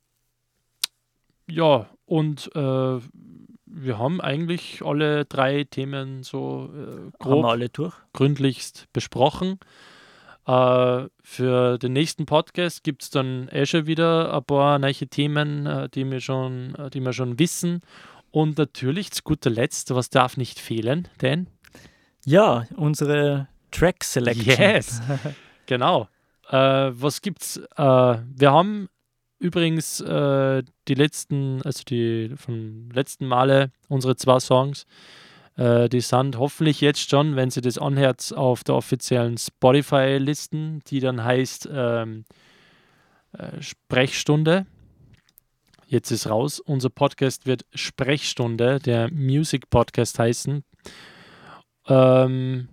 ja, und äh, wir haben eigentlich alle drei Themen so äh, Haben grob wir alle durch. gründlichst besprochen. Äh, für den nächsten Podcast gibt es dann eh schon wieder ein paar neue Themen, äh, die, wir schon, äh, die wir schon wissen. Und natürlich zu guter Letzt, was darf nicht fehlen, denn Ja, unsere Track Selection. Yes, genau. Äh, was gibt's? Äh, wir haben übrigens äh, die letzten, also die vom letzten Male unsere zwei Songs, äh, die sind hoffentlich jetzt schon, wenn sie das anhört, auf der offiziellen Spotify-Listen, die dann heißt ähm, äh, Sprechstunde. Jetzt ist raus. Unser Podcast wird Sprechstunde, der Music Podcast heißen. Ähm,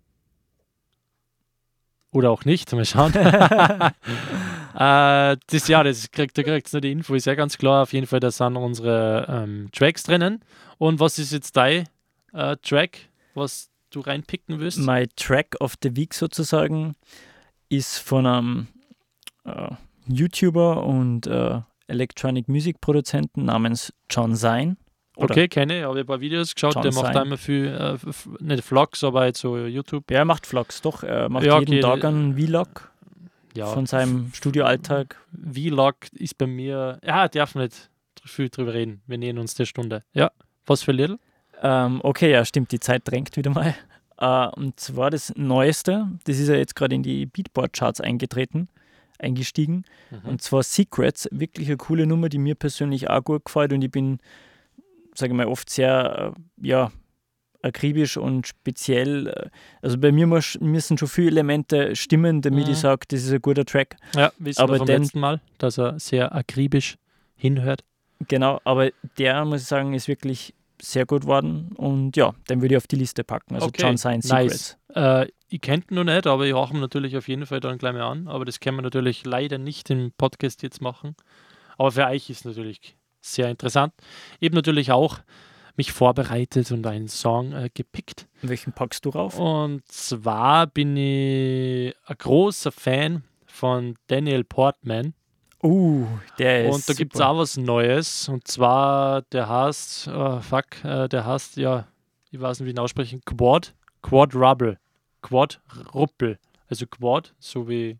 Oder auch nicht, mal schauen. äh, das, ja, das kriegt, da kriegt nur die Info, ist ja ganz klar. Auf jeden Fall, da sind unsere ähm, Tracks drinnen. Und was ist jetzt dein äh, Track, was du reinpicken willst? My Track of the Week sozusagen ist von einem äh, YouTuber und äh, Electronic Music Produzenten namens John Zine. Oder Okay, kenne ich, habe ein paar Videos geschaut, John der macht Zine. einmal viel, äh, f- nicht Vlogs, aber jetzt so YouTube. Ja, er macht Vlogs, doch. Er macht Ja, jeden okay, Tag äh, einen Vlog Ja, von seinem Studioalltag. Vlog ist bei mir, ja, darf nicht viel drüber reden, wir nähern uns der Stunde. Ja, was für Little? Ähm, okay, ja, stimmt, die Zeit drängt wieder mal. Äh, und zwar das Neueste, das ist ja jetzt gerade in die Beatport-Charts eingetreten, eingestiegen. Mhm. Und zwar Secrets, wirklich eine coole Nummer, die mir persönlich auch gut gefällt. Und ich bin, sage ich mal, oft sehr, äh, ja, akribisch und speziell. äh, Also bei mir muss, müssen schon viele Elemente stimmen, damit Mhm. ich sage, das ist ein guter Track. Ja, wissen Aber wir vom den- letzten Mal, dass er sehr akribisch hinhört. Genau, aber der, muss ich sagen, ist wirklich sehr gut geworden. Und ja, den würde ich auf die Liste packen. Also Okay, John Zine Secrets. Nice. Äh, ich kenne ihn noch nicht, aber ich höre ihn natürlich auf jeden Fall dann gleich mal an. Aber das können wir natürlich leider nicht im Podcast jetzt machen. Aber für euch ist es natürlich sehr interessant. Ich habe natürlich auch mich vorbereitet und einen Song äh, gepickt. Welchen packst du rauf? Und zwar bin ich ein großer Fan von Daniel Portman. Uh, der ist Und da gibt es super. auch was Neues. Und zwar, der heißt, oh, fuck, äh, der heißt ja ich weiß nicht, wie ich ihn aussprechen, Quad, Quadruple, Quadruple, also Quad, so wie,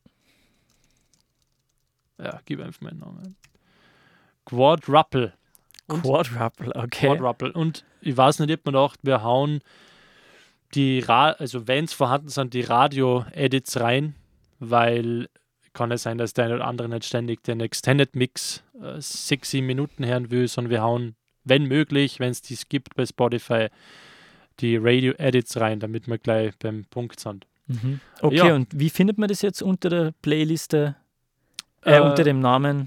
ja, gib einfach meinen Namen. Quadruple. Und Quadruple, okay. Quadruple. Und ich weiß nicht, ob man dacht, wir hauen die, Ra also wenn es vorhanden sind, die Radio-Edits rein, weil kann es sein, dass der eine oder andere nicht ständig den Extended Mix äh, sechs, sieben Minuten hören will, sondern wir hauen, wenn möglich, wenn es dies gibt bei Spotify, die Radio-Edits rein, damit wir gleich beim Punkt sind. Mhm. Okay, Ja. und wie findet man das jetzt unter der Playliste, äh, Äh, unter dem Namen?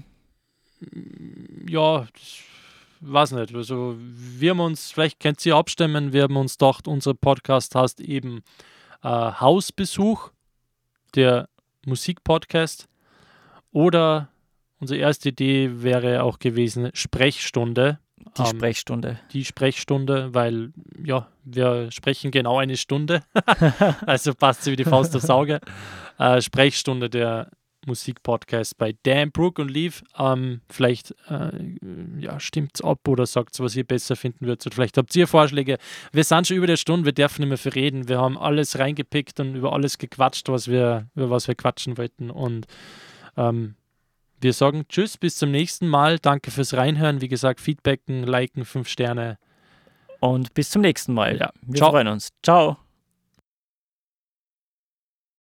Ja, das weiß nicht. Also wir haben uns, vielleicht könnt ihr abstimmen, wir haben uns gedacht, unser Podcast heißt eben äh, Hausbesuch, der Musikpodcast. Oder unsere erste Idee wäre auch gewesen, Sprechstunde. Die Ähm, Sprechstunde. Die Sprechstunde, weil ja, wir sprechen genau eine Stunde. Also passt sie wie die Faust aufs Auge. Äh, Sprechstunde, der Musikpodcast bei Dan, Brooke und Leaf. Ähm, vielleicht äh, ja, stimmt's ab oder sagt, was ihr besser finden würdet. Vielleicht habt ihr Vorschläge. Wir sind schon über der Stunde, wir dürfen nicht mehr viel reden. Wir haben alles reingepickt und über alles gequatscht, was wir, über was wir quatschen wollten. Und ähm, wir sagen Tschüss, bis zum nächsten Mal. Danke fürs Reinhören. Wie gesagt, Feedbacken, liken, fünf Sterne. Und bis zum nächsten Mal. Ja. Wir Ciao. freuen uns. Ciao.